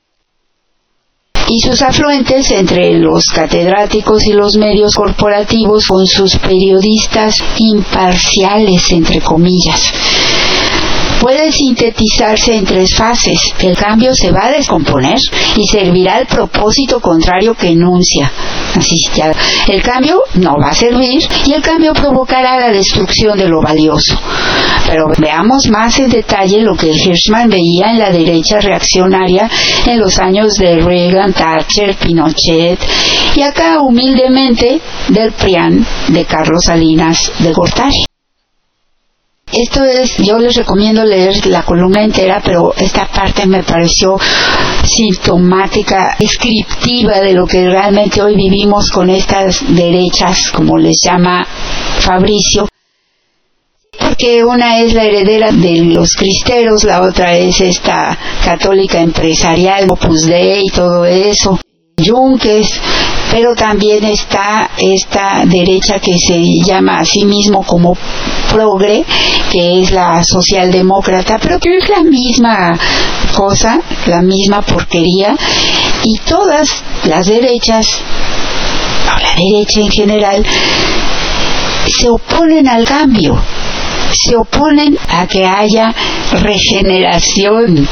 Y sus afluentes entre los catedráticos y los medios corporativos con sus periodistas imparciales, entre comillas. Puede sintetizarse en 3 fases. El cambio se va a descomponer y servirá al propósito contrario que enuncia. Así ya, el cambio no va a servir y el cambio provocará la destrucción de lo valioso. Pero veamos más en detalle lo que Hirschman veía en la derecha reaccionaria en los años de Reagan, Thatcher, Pinochet y acá humildemente del PRIAN de Carlos Salinas de Gortari. Esto es, yo les recomiendo leer la columna entera, pero esta parte me pareció sintomática, descriptiva de lo que realmente hoy vivimos con estas derechas, como les llama Fabricio, porque una es la heredera de los cristeros, la otra es esta católica empresarial, Opus Dei y todo eso. yunques, pero también está esta derecha que se llama a sí mismo como progre, que es la socialdemócrata, pero que es la misma cosa, la misma porquería, y todas las derechas, o la derecha en general, se oponen al cambio, se oponen a que haya regeneración.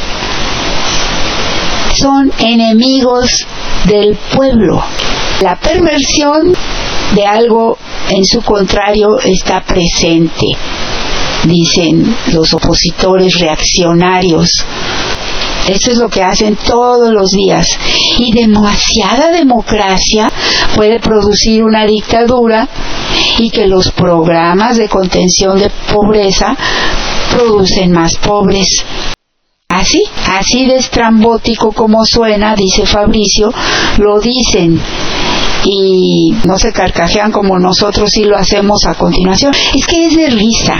Son enemigos del pueblo. La perversión de algo en su contrario está presente, dicen los opositores reaccionarios. Esto es lo que hacen todos los días. Y demasiada democracia puede producir una dictadura, y que los programas de contención de pobreza producen más pobres. Así de estrambótico como suena, dice Fabricio, lo dicen. Y no se carcajean como nosotros sí lo hacemos a continuación. Es que es de risa.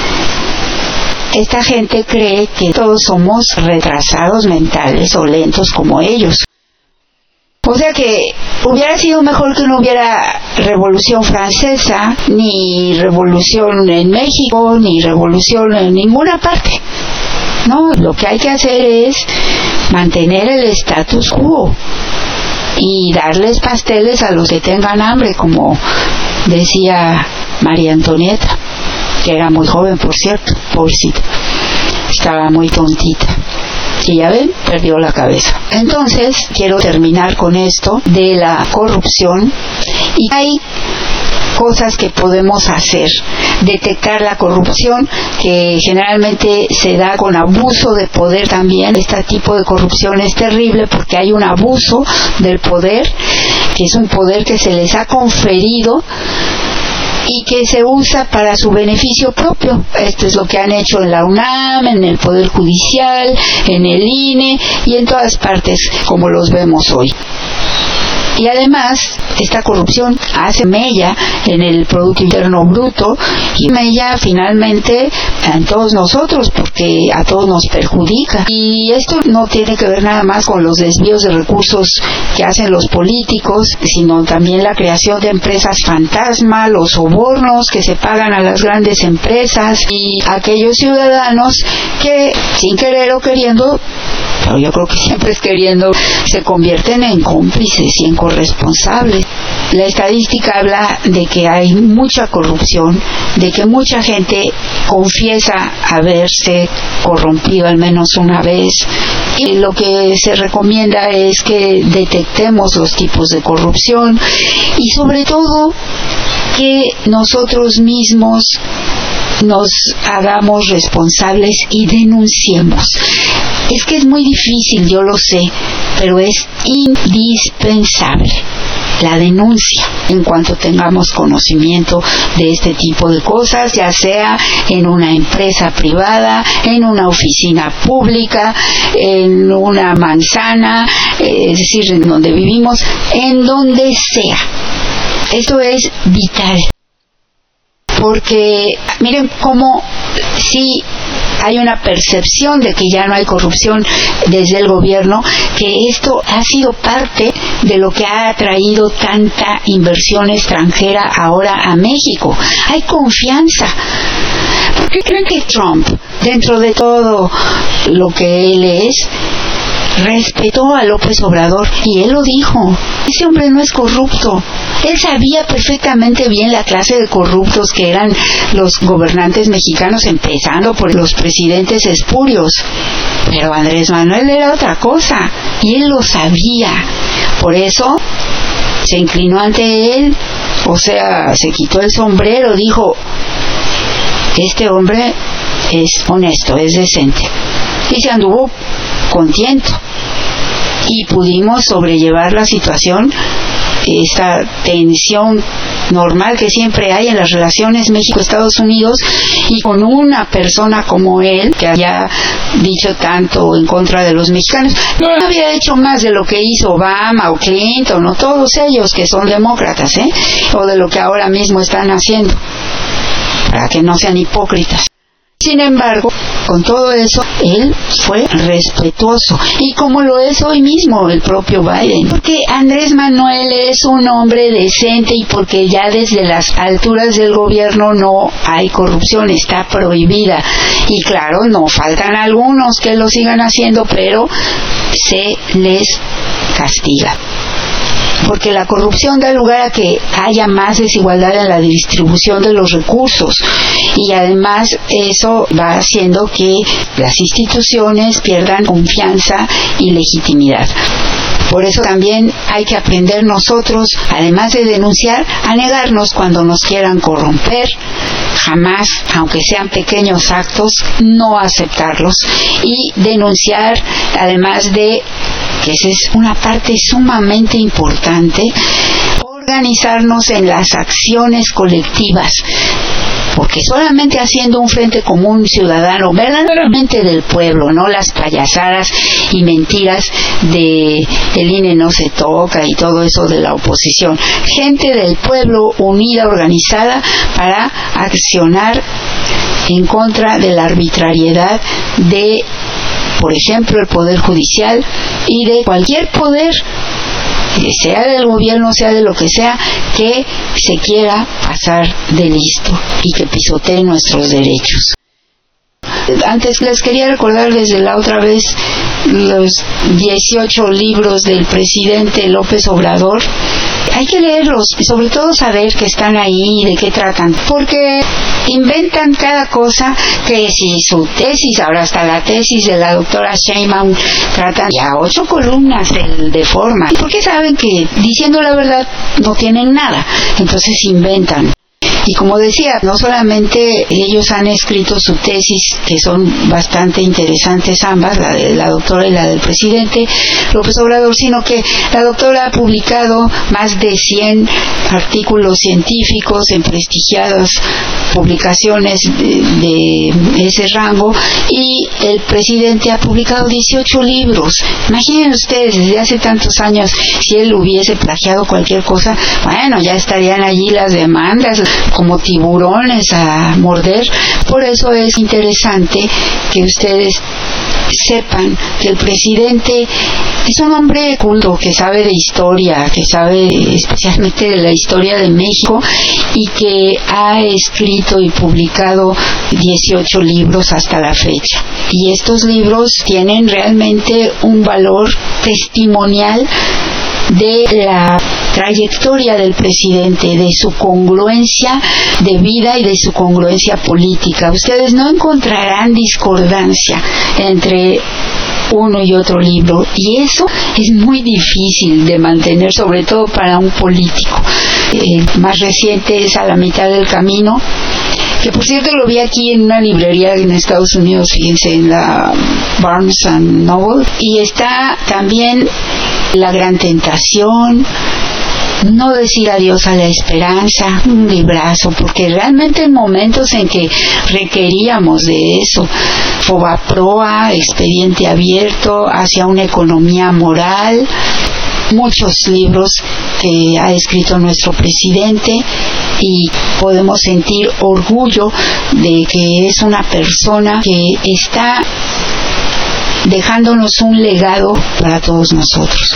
Esta gente cree que todos somos retrasados mentales o lentos como ellos. O sea que hubiera sido mejor que no hubiera Revolución Francesa, ni revolución en México, ni revolución en ninguna parte. No, lo que hay que hacer es mantener el status quo y darles pasteles a los que tengan hambre, como decía María Antonieta, que era muy joven, por cierto, pobrecita, estaba muy tontita. Y ya ven, perdió la cabeza. Entonces, quiero terminar con esto de la corrupción. Y hay cosas que podemos hacer. Detectar la corrupción, que generalmente se da con abuso de poder también. Este tipo de corrupción es terrible porque hay un abuso del poder, que es un poder que se les ha conferido y que se usa para su beneficio propio. Esto es lo que han hecho en la UNAM, en el Poder Judicial, en el INE y en todas partes como los vemos hoy. Y además, esta corrupción hace mella en el Producto Interno Bruto y mella finalmente en todos nosotros, porque a todos nos perjudica. Y esto no tiene que ver nada más con los desvíos de recursos que hacen los políticos, sino también la creación de empresas fantasma, los sobornos que se pagan a las grandes empresas y aquellos ciudadanos que, sin querer o queriendo, pero yo creo que siempre es queriendo, se convierten en cómplices y en corresponsables. La estadística habla de que hay mucha corrupción, de que mucha gente confiesa haberse corrompido al menos una vez, y lo que se recomienda es que detectemos los tipos de corrupción y sobre todo que nosotros mismos nos hagamos responsables y denunciemos. Es que es muy difícil, yo lo sé, pero es indispensable la denuncia en cuanto tengamos conocimiento de este tipo de cosas, ya sea en una empresa privada, en una oficina pública, en una manzana, es decir, en donde vivimos, en donde sea. Eso es vital. Porque miren cómo sí hay una percepción de que ya no hay corrupción desde el gobierno, que esto ha sido parte de lo que ha atraído tanta inversión extranjera ahora a México. Hay confianza. ¿Por qué creen que Trump, dentro de todo lo que él es, respetó a López Obrador? Y él lo dijo, ese hombre no es corrupto. Él sabía perfectamente bien la clase de corruptos que eran los gobernantes mexicanos, empezando por los presidentes espurios. Pero Andrés Manuel era otra cosa, y él lo sabía. Por eso se inclinó ante él, o sea, se quitó el sombrero, dijo, este hombre es honesto, es decente. Y se anduvo contento. Y pudimos sobrellevar la situación, esta tensión normal que siempre hay en las relaciones México-Estados Unidos, y con una persona como él, que había dicho tanto en contra de los mexicanos, no había hecho más de lo que hizo Obama o Clinton o todos ellos que son demócratas, o de lo que ahora mismo están haciendo, para que no sean hipócritas. Sin embargo, con todo eso, él fue respetuoso, y como lo es hoy mismo el propio Biden, porque Andrés Manuel es un hombre decente y porque ya desde las alturas del gobierno no hay corrupción, está prohibida, y claro, no faltan algunos que lo sigan haciendo, pero se les castiga, porque la corrupción da lugar a que haya más desigualdad en la distribución de los recursos, y además eso va haciendo que las instituciones pierdan confianza y legitimidad. Por eso también hay que aprender nosotros, además de denunciar, a negarnos cuando nos quieran corromper, jamás, aunque sean pequeños actos, no aceptarlos, y denunciar, además de, que esa es una parte sumamente importante, organizarnos en las acciones colectivas, porque solamente haciendo un frente común ciudadano verdaderamente del pueblo, no las payasadas y mentiras de el INE no se toca y todo eso de la oposición, gente del pueblo unida, organizada para accionar en contra de la arbitrariedad de, por ejemplo, el Poder Judicial y de cualquier poder, sea del gobierno, sea de lo que sea, que se quiera pasar de listo y que pisotee nuestros derechos. Antes les quería recordar desde la otra vez los 18 libros del presidente López Obrador. Hay que leerlos y sobre todo saber que están ahí y de qué tratan, porque inventan cada cosa, que si su tesis, ahora hasta la tesis de la doctora Sheinbaum, tratan ya 8 columnas de forma, porque saben que diciendo la verdad no tienen nada, entonces inventan. Y como decía, no solamente ellos han escrito su tesis, que son bastante interesantes ambas, la de la doctora y la del presidente López Obrador, sino que la doctora ha publicado más de 100 artículos científicos en prestigiadas publicaciones de ese rango, y el presidente ha publicado 18 libros. Imaginen ustedes, desde hace tantos años, si él hubiese plagiado cualquier cosa, bueno, ya estarían allí las demandas como tiburones a morder. Por eso es interesante que ustedes sepan que el presidente es un hombre culto, que sabe de historia, que sabe especialmente de la historia de México, y que ha escrito y publicado 18 libros hasta la fecha. Y estos libros tienen realmente un valor testimonial de la trayectoria del presidente, de su congruencia de vida y de su congruencia política. Ustedes no encontrarán discordancia entre uno y otro libro, y eso es muy difícil de mantener, sobre todo para un político. El más reciente es A la mitad del camino, que por cierto lo vi aquí en una librería en Estados Unidos, fíjense, en la Barnes and Noble, y está también La gran tentación, No decir adiós a la esperanza, un librazo, porque realmente en momentos en que requeríamos de eso, Fobaproa, Expediente abierto, Hacia una economía moral, muchos libros que ha escrito nuestro presidente, y podemos sentir orgullo de que es una persona que está dejándonos un legado para todos nosotros.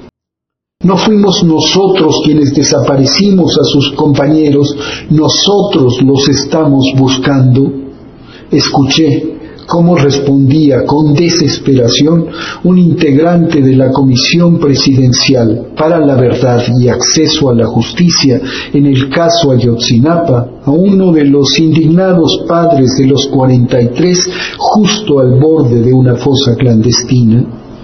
No fuimos nosotros quienes desaparecimos a sus compañeros, nosotros los estamos buscando. Escuché cómo respondía con desesperación un integrante de la Comisión Presidencial para la Verdad y Acceso a la Justicia en el caso Ayotzinapa a uno de los indignados padres de los 43 justo al borde de una fosa clandestina.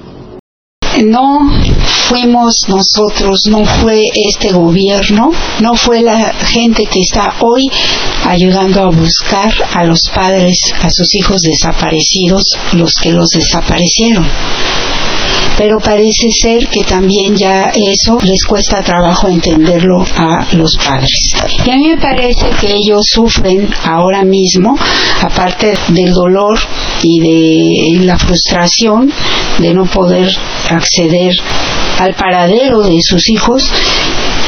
No fuimos nosotros, no fue este gobierno, no fue la gente que está hoy ayudando a buscar a los padres, a sus hijos desaparecidos, los que los desaparecieron. Pero parece ser que también ya eso les cuesta trabajo entenderlo a los padres. Y a mí me parece que ellos sufren ahora mismo, aparte del dolor y de la frustración de no poder acceder al paradero de sus hijos,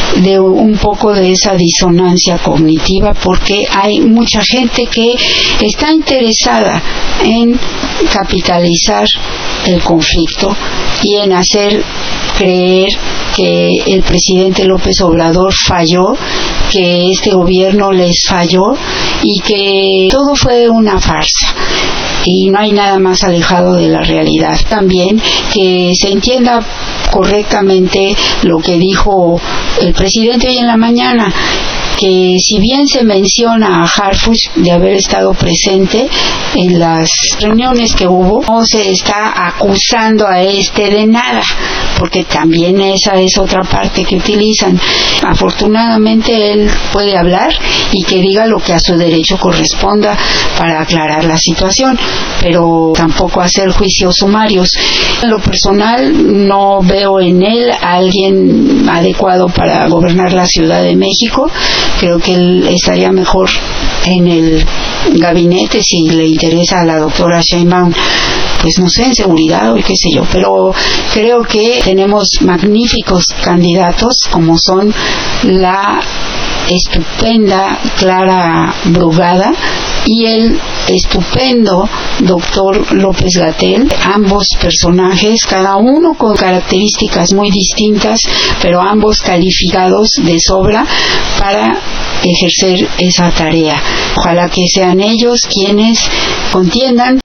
de un poco de esa disonancia cognitiva, porque hay mucha gente que está interesada en capitalizar el conflicto y en hacer creer que el presidente López Obrador falló, que este gobierno les falló y que todo fue una farsa. Y no hay nada más alejado de la realidad. También que se entienda correctamente lo que dijo el presidente hoy en la mañana, que si bien se menciona a Harfuch de haber estado presente en las reuniones que hubo, no se está acusando a este de nada, porque también esa es otra parte que utilizan. Afortunadamente él puede hablar y que diga lo que a su derecho corresponda para aclarar la situación, pero tampoco hacer juicios sumarios. En lo personal no veo en él a alguien adecuado para gobernar la Ciudad de México. Creo que él estaría mejor en el gabinete, si le interesa a la doctora Sheinbaum, pues no sé, en seguridad o qué sé yo, pero creo que tenemos magníficos candidatos como son la estupenda Clara Brugada y el estupendo doctor López-Gatell, ambos personajes, cada uno con características muy distintas, pero ambos calificados de sobra para ejercer esa tarea. Ojalá que sean ellos quienes contiendan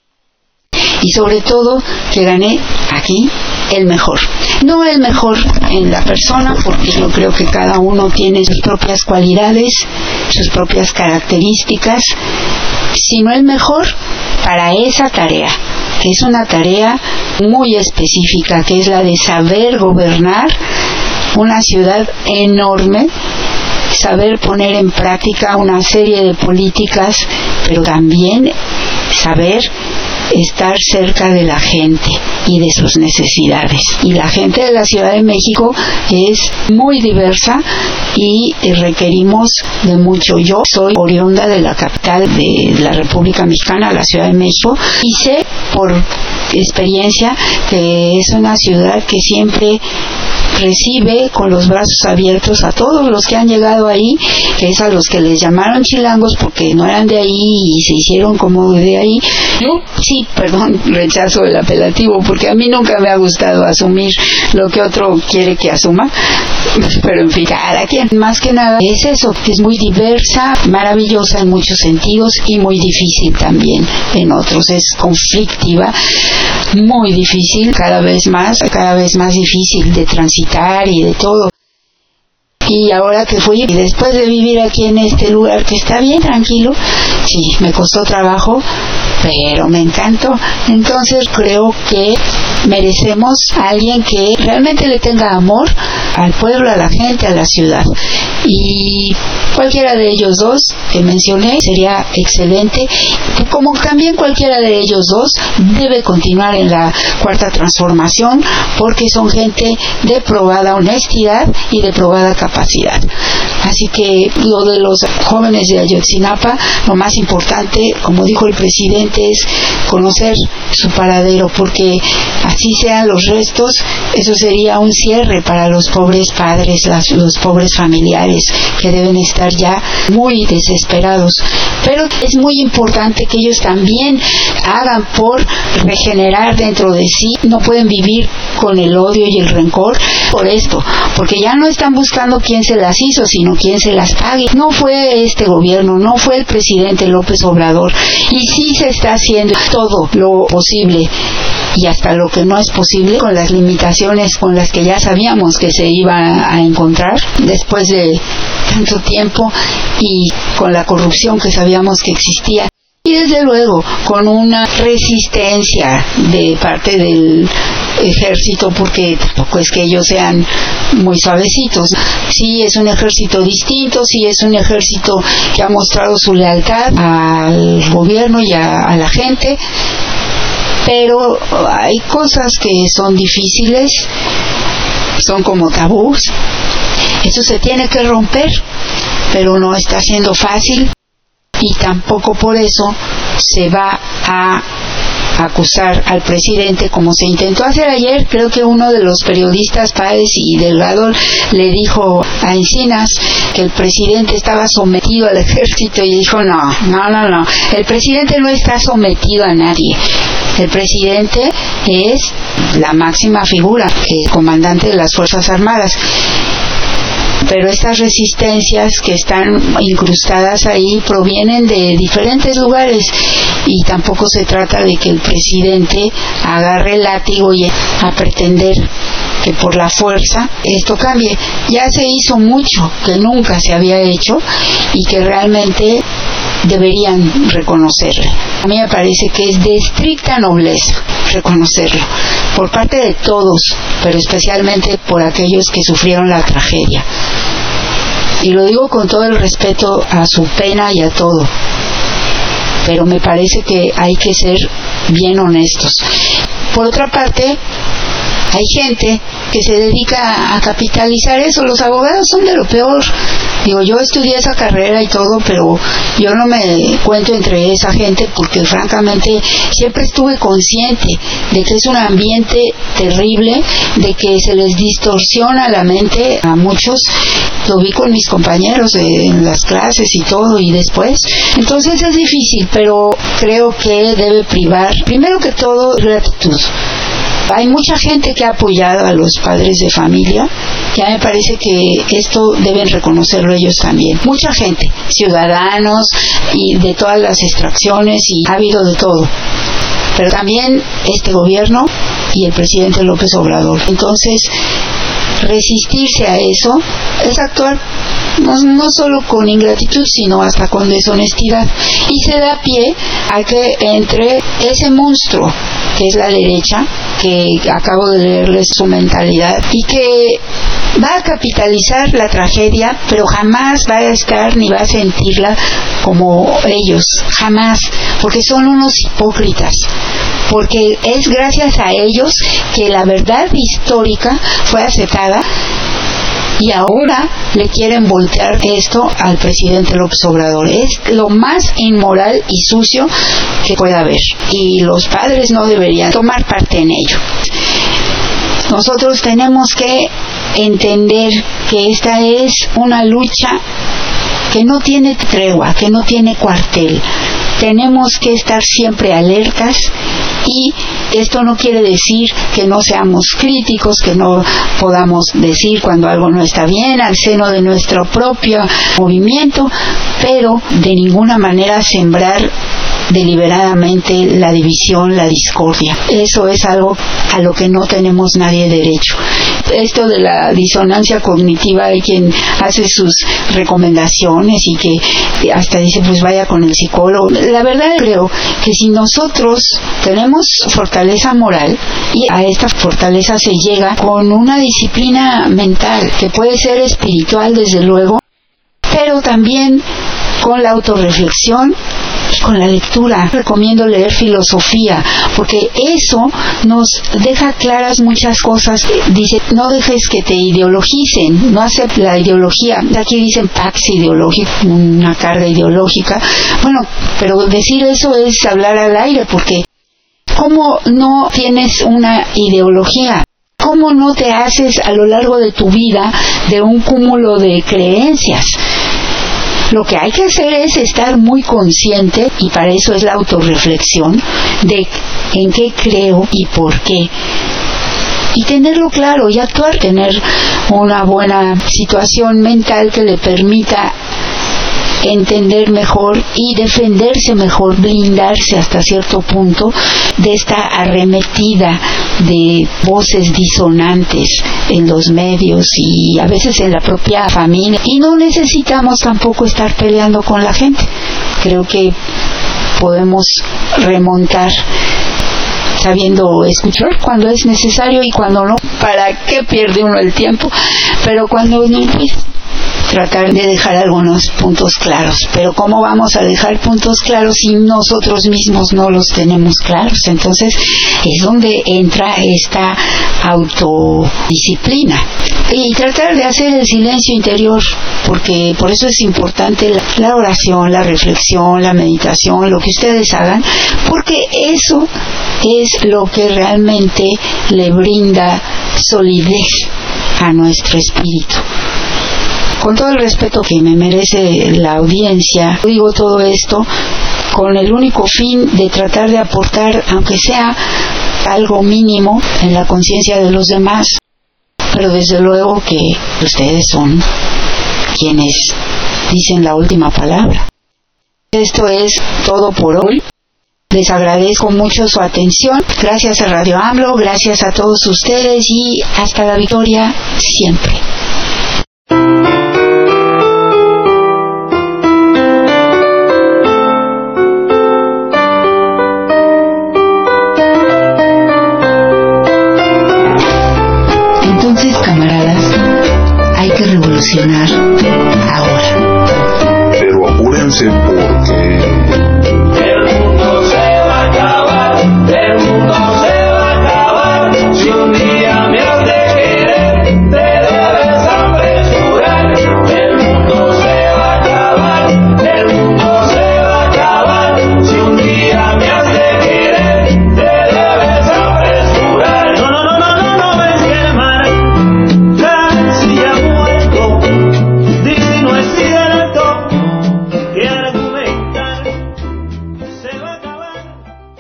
y sobre todo que gane aquí el mejor. No el mejor en la persona, porque yo creo que cada uno tiene sus propias cualidades, sus propias características, sino el mejor para esa tarea, que es una tarea muy específica, que es la de saber gobernar una ciudad enorme, saber poner en práctica una serie de políticas, pero también saber estar cerca de la gente y de sus necesidades. Y la gente de la Ciudad de México es muy diversa y requerimos de mucho. Yo soy oriunda de la capital de la República Mexicana, la Ciudad de México, y sé por experiencia que es una ciudad que siempre recibe con los brazos abiertos a todos los que han llegado ahí, que es a los que les llamaron chilangos porque no eran de ahí y se hicieron como de ahí. Yo sí, rechazo el apelativo porque a mí nunca me ha gustado asumir lo que otro quiere que asuma, pero en fin, cada quien. Más que nada es eso, que es muy diversa, maravillosa en muchos sentidos y muy difícil también en otros. Es conflictiva, muy difícil, cada vez más difícil de transitar y de todo. Y ahora que fui, y después de vivir aquí en este lugar que está bien tranquilo, sí, me costó trabajo, pero me encantó. Entonces creo que merecemos a alguien que realmente le tenga amor al pueblo, a la gente, a la ciudad. Y cualquiera de ellos dos que mencioné sería excelente, como también cualquiera de ellos dos debe continuar en la Cuarta Transformación, porque son gente de probada honestidad y de probada capacidad. Así que lo de los jóvenes de Ayotzinapa, lo más importante, como dijo el presidente, es conocer su paradero, porque así sean los restos, eso sería un cierre para los pobres padres, los pobres familiares que deben estar ya muy desesperados. Pero es muy importante que ellos también hagan por regenerar dentro de sí. No pueden vivir con el odio y el rencor por esto, porque ya no están buscando quién se las hizo, sino quién se las pague. No fue este gobierno, no fue el presidente López Obrador, y sí se está haciendo todo lo posible y hasta lo que no es posible, con las limitaciones con las que ya sabíamos que se iba a encontrar después de tanto tiempo, y con la corrupción que sabíamos que existía. Y desde luego con una resistencia de parte del ejército, porque tampoco es que ellos sean muy suavecitos. Sí es un ejército distinto, sí es un ejército que ha mostrado su lealtad al gobierno y a la gente, pero hay cosas que son difíciles, son como tabús. Eso se tiene que romper, pero no está siendo fácil. Y tampoco por eso se va a acusar al presidente como se intentó hacer ayer. Creo que uno de los periodistas, Páez y Delgado, le dijo a Encinas que el presidente estaba sometido al ejército y dijo no, el presidente no está sometido a nadie. El presidente es la máxima figura, el comandante de las Fuerzas Armadas. Pero estas resistencias que están incrustadas ahí provienen de diferentes lugares y tampoco se trata de que el presidente agarre el látigo y a pretender que por la fuerza esto cambie. Ya se hizo mucho que nunca se había hecho y que realmente deberían reconocerle. A mí me parece que es de estricta nobleza reconocerlo por parte de todos, pero especialmente por aquellos que sufrieron la tragedia. Y lo digo con todo el respeto a su pena y a todo, pero me parece que hay que ser bien honestos. Por otra parte, hay gente que se dedica a capitalizar eso. Los abogados son de lo peor. Digo, yo estudié esa carrera y todo, pero yo no me cuento entre esa gente porque francamente siempre estuve consciente de que es un ambiente terrible, de que se les distorsiona la mente a muchos. Lo vi con mis compañeros en las clases y todo y después. Entonces es difícil, pero creo que debe privar, primero que todo, gratitud. Hay mucha gente que ha apoyado a los padres de familia. Ya me parece que esto deben reconocerlo ellos también. Mucha gente, ciudadanos y de todas las extracciones, y ha habido de todo. Pero también este gobierno y el presidente López Obrador. Entonces, resistirse a eso es actuar no solo con ingratitud, sino hasta con deshonestidad. Y se da pie a que entre ese monstruo que es la derecha, que acabo de leerles su mentalidad, y que va a capitalizar la tragedia, pero jamás va a estar ni va a sentirla como ellos, jamás, porque son unos hipócritas, porque es gracias a ellos que la verdad histórica fue aceptada. Y ahora le quieren voltear esto al presidente López Obrador. Es lo más inmoral y sucio que pueda haber. Y los padres no deberían tomar parte en ello. Nosotros tenemos que entender que esta es una lucha que no tiene tregua, que no tiene cuartel. Tenemos que estar siempre alertas, y esto no quiere decir que no seamos críticos, que no podamos decir cuando algo no está bien al seno de nuestro propio movimiento, pero de ninguna manera sembrar deliberadamente la división, la discordia. Eso es algo a lo que no tenemos nadie derecho. Esto de la disonancia cognitiva, hay quien hace sus recomendaciones y que hasta dice pues vaya con el psicólogo. La verdad creo que si nosotros tenemos fortaleza moral, y a esta fortaleza se llega con una disciplina mental que puede ser espiritual desde luego, pero también con la autorreflexión y con la lectura. Recomiendo leer filosofía, porque eso nos deja claras muchas cosas. Dice, no dejes que te ideologicen, no aceptes la ideología. Aquí dicen pax ideológico, una carga ideológica. Bueno, pero decir eso es hablar al aire, porque ¿cómo no tienes una ideología? ¿Cómo no te haces a lo largo de tu vida de un cúmulo de creencias? Lo que hay que hacer es estar muy consciente, y para eso es la autorreflexión, de en qué creo y por qué. Y tenerlo claro y actuar, tener una buena situación mental que le permita entender mejor y defenderse mejor, blindarse hasta cierto punto de esta arremetida de voces disonantes en los medios y a veces en la propia familia. Y no necesitamos tampoco estar peleando con la gente. Creo que podemos remontar sabiendo escuchar cuando es necesario y cuando no. ¿Para qué pierde uno el tiempo? Pero cuando no, pues tratar de dejar algunos puntos claros. Pero ¿cómo vamos a dejar puntos claros si nosotros mismos no los tenemos claros? Entonces es donde entra esta autodisciplina. y tratar de hacer el silencio interior, porque por eso es importante la oración, la reflexión, la meditación, lo que ustedes hagan, porque eso es lo que realmente le brinda solidez a nuestro espíritu. Con todo el respeto que me merece la audiencia, digo todo esto con el único fin de tratar de aportar, aunque sea algo mínimo, en la conciencia de los demás, pero desde luego que ustedes son quienes dicen la última palabra. Esto es todo por hoy. Les agradezco mucho su atención. Gracias a Radio AMLO, gracias a todos ustedes y hasta la victoria siempre.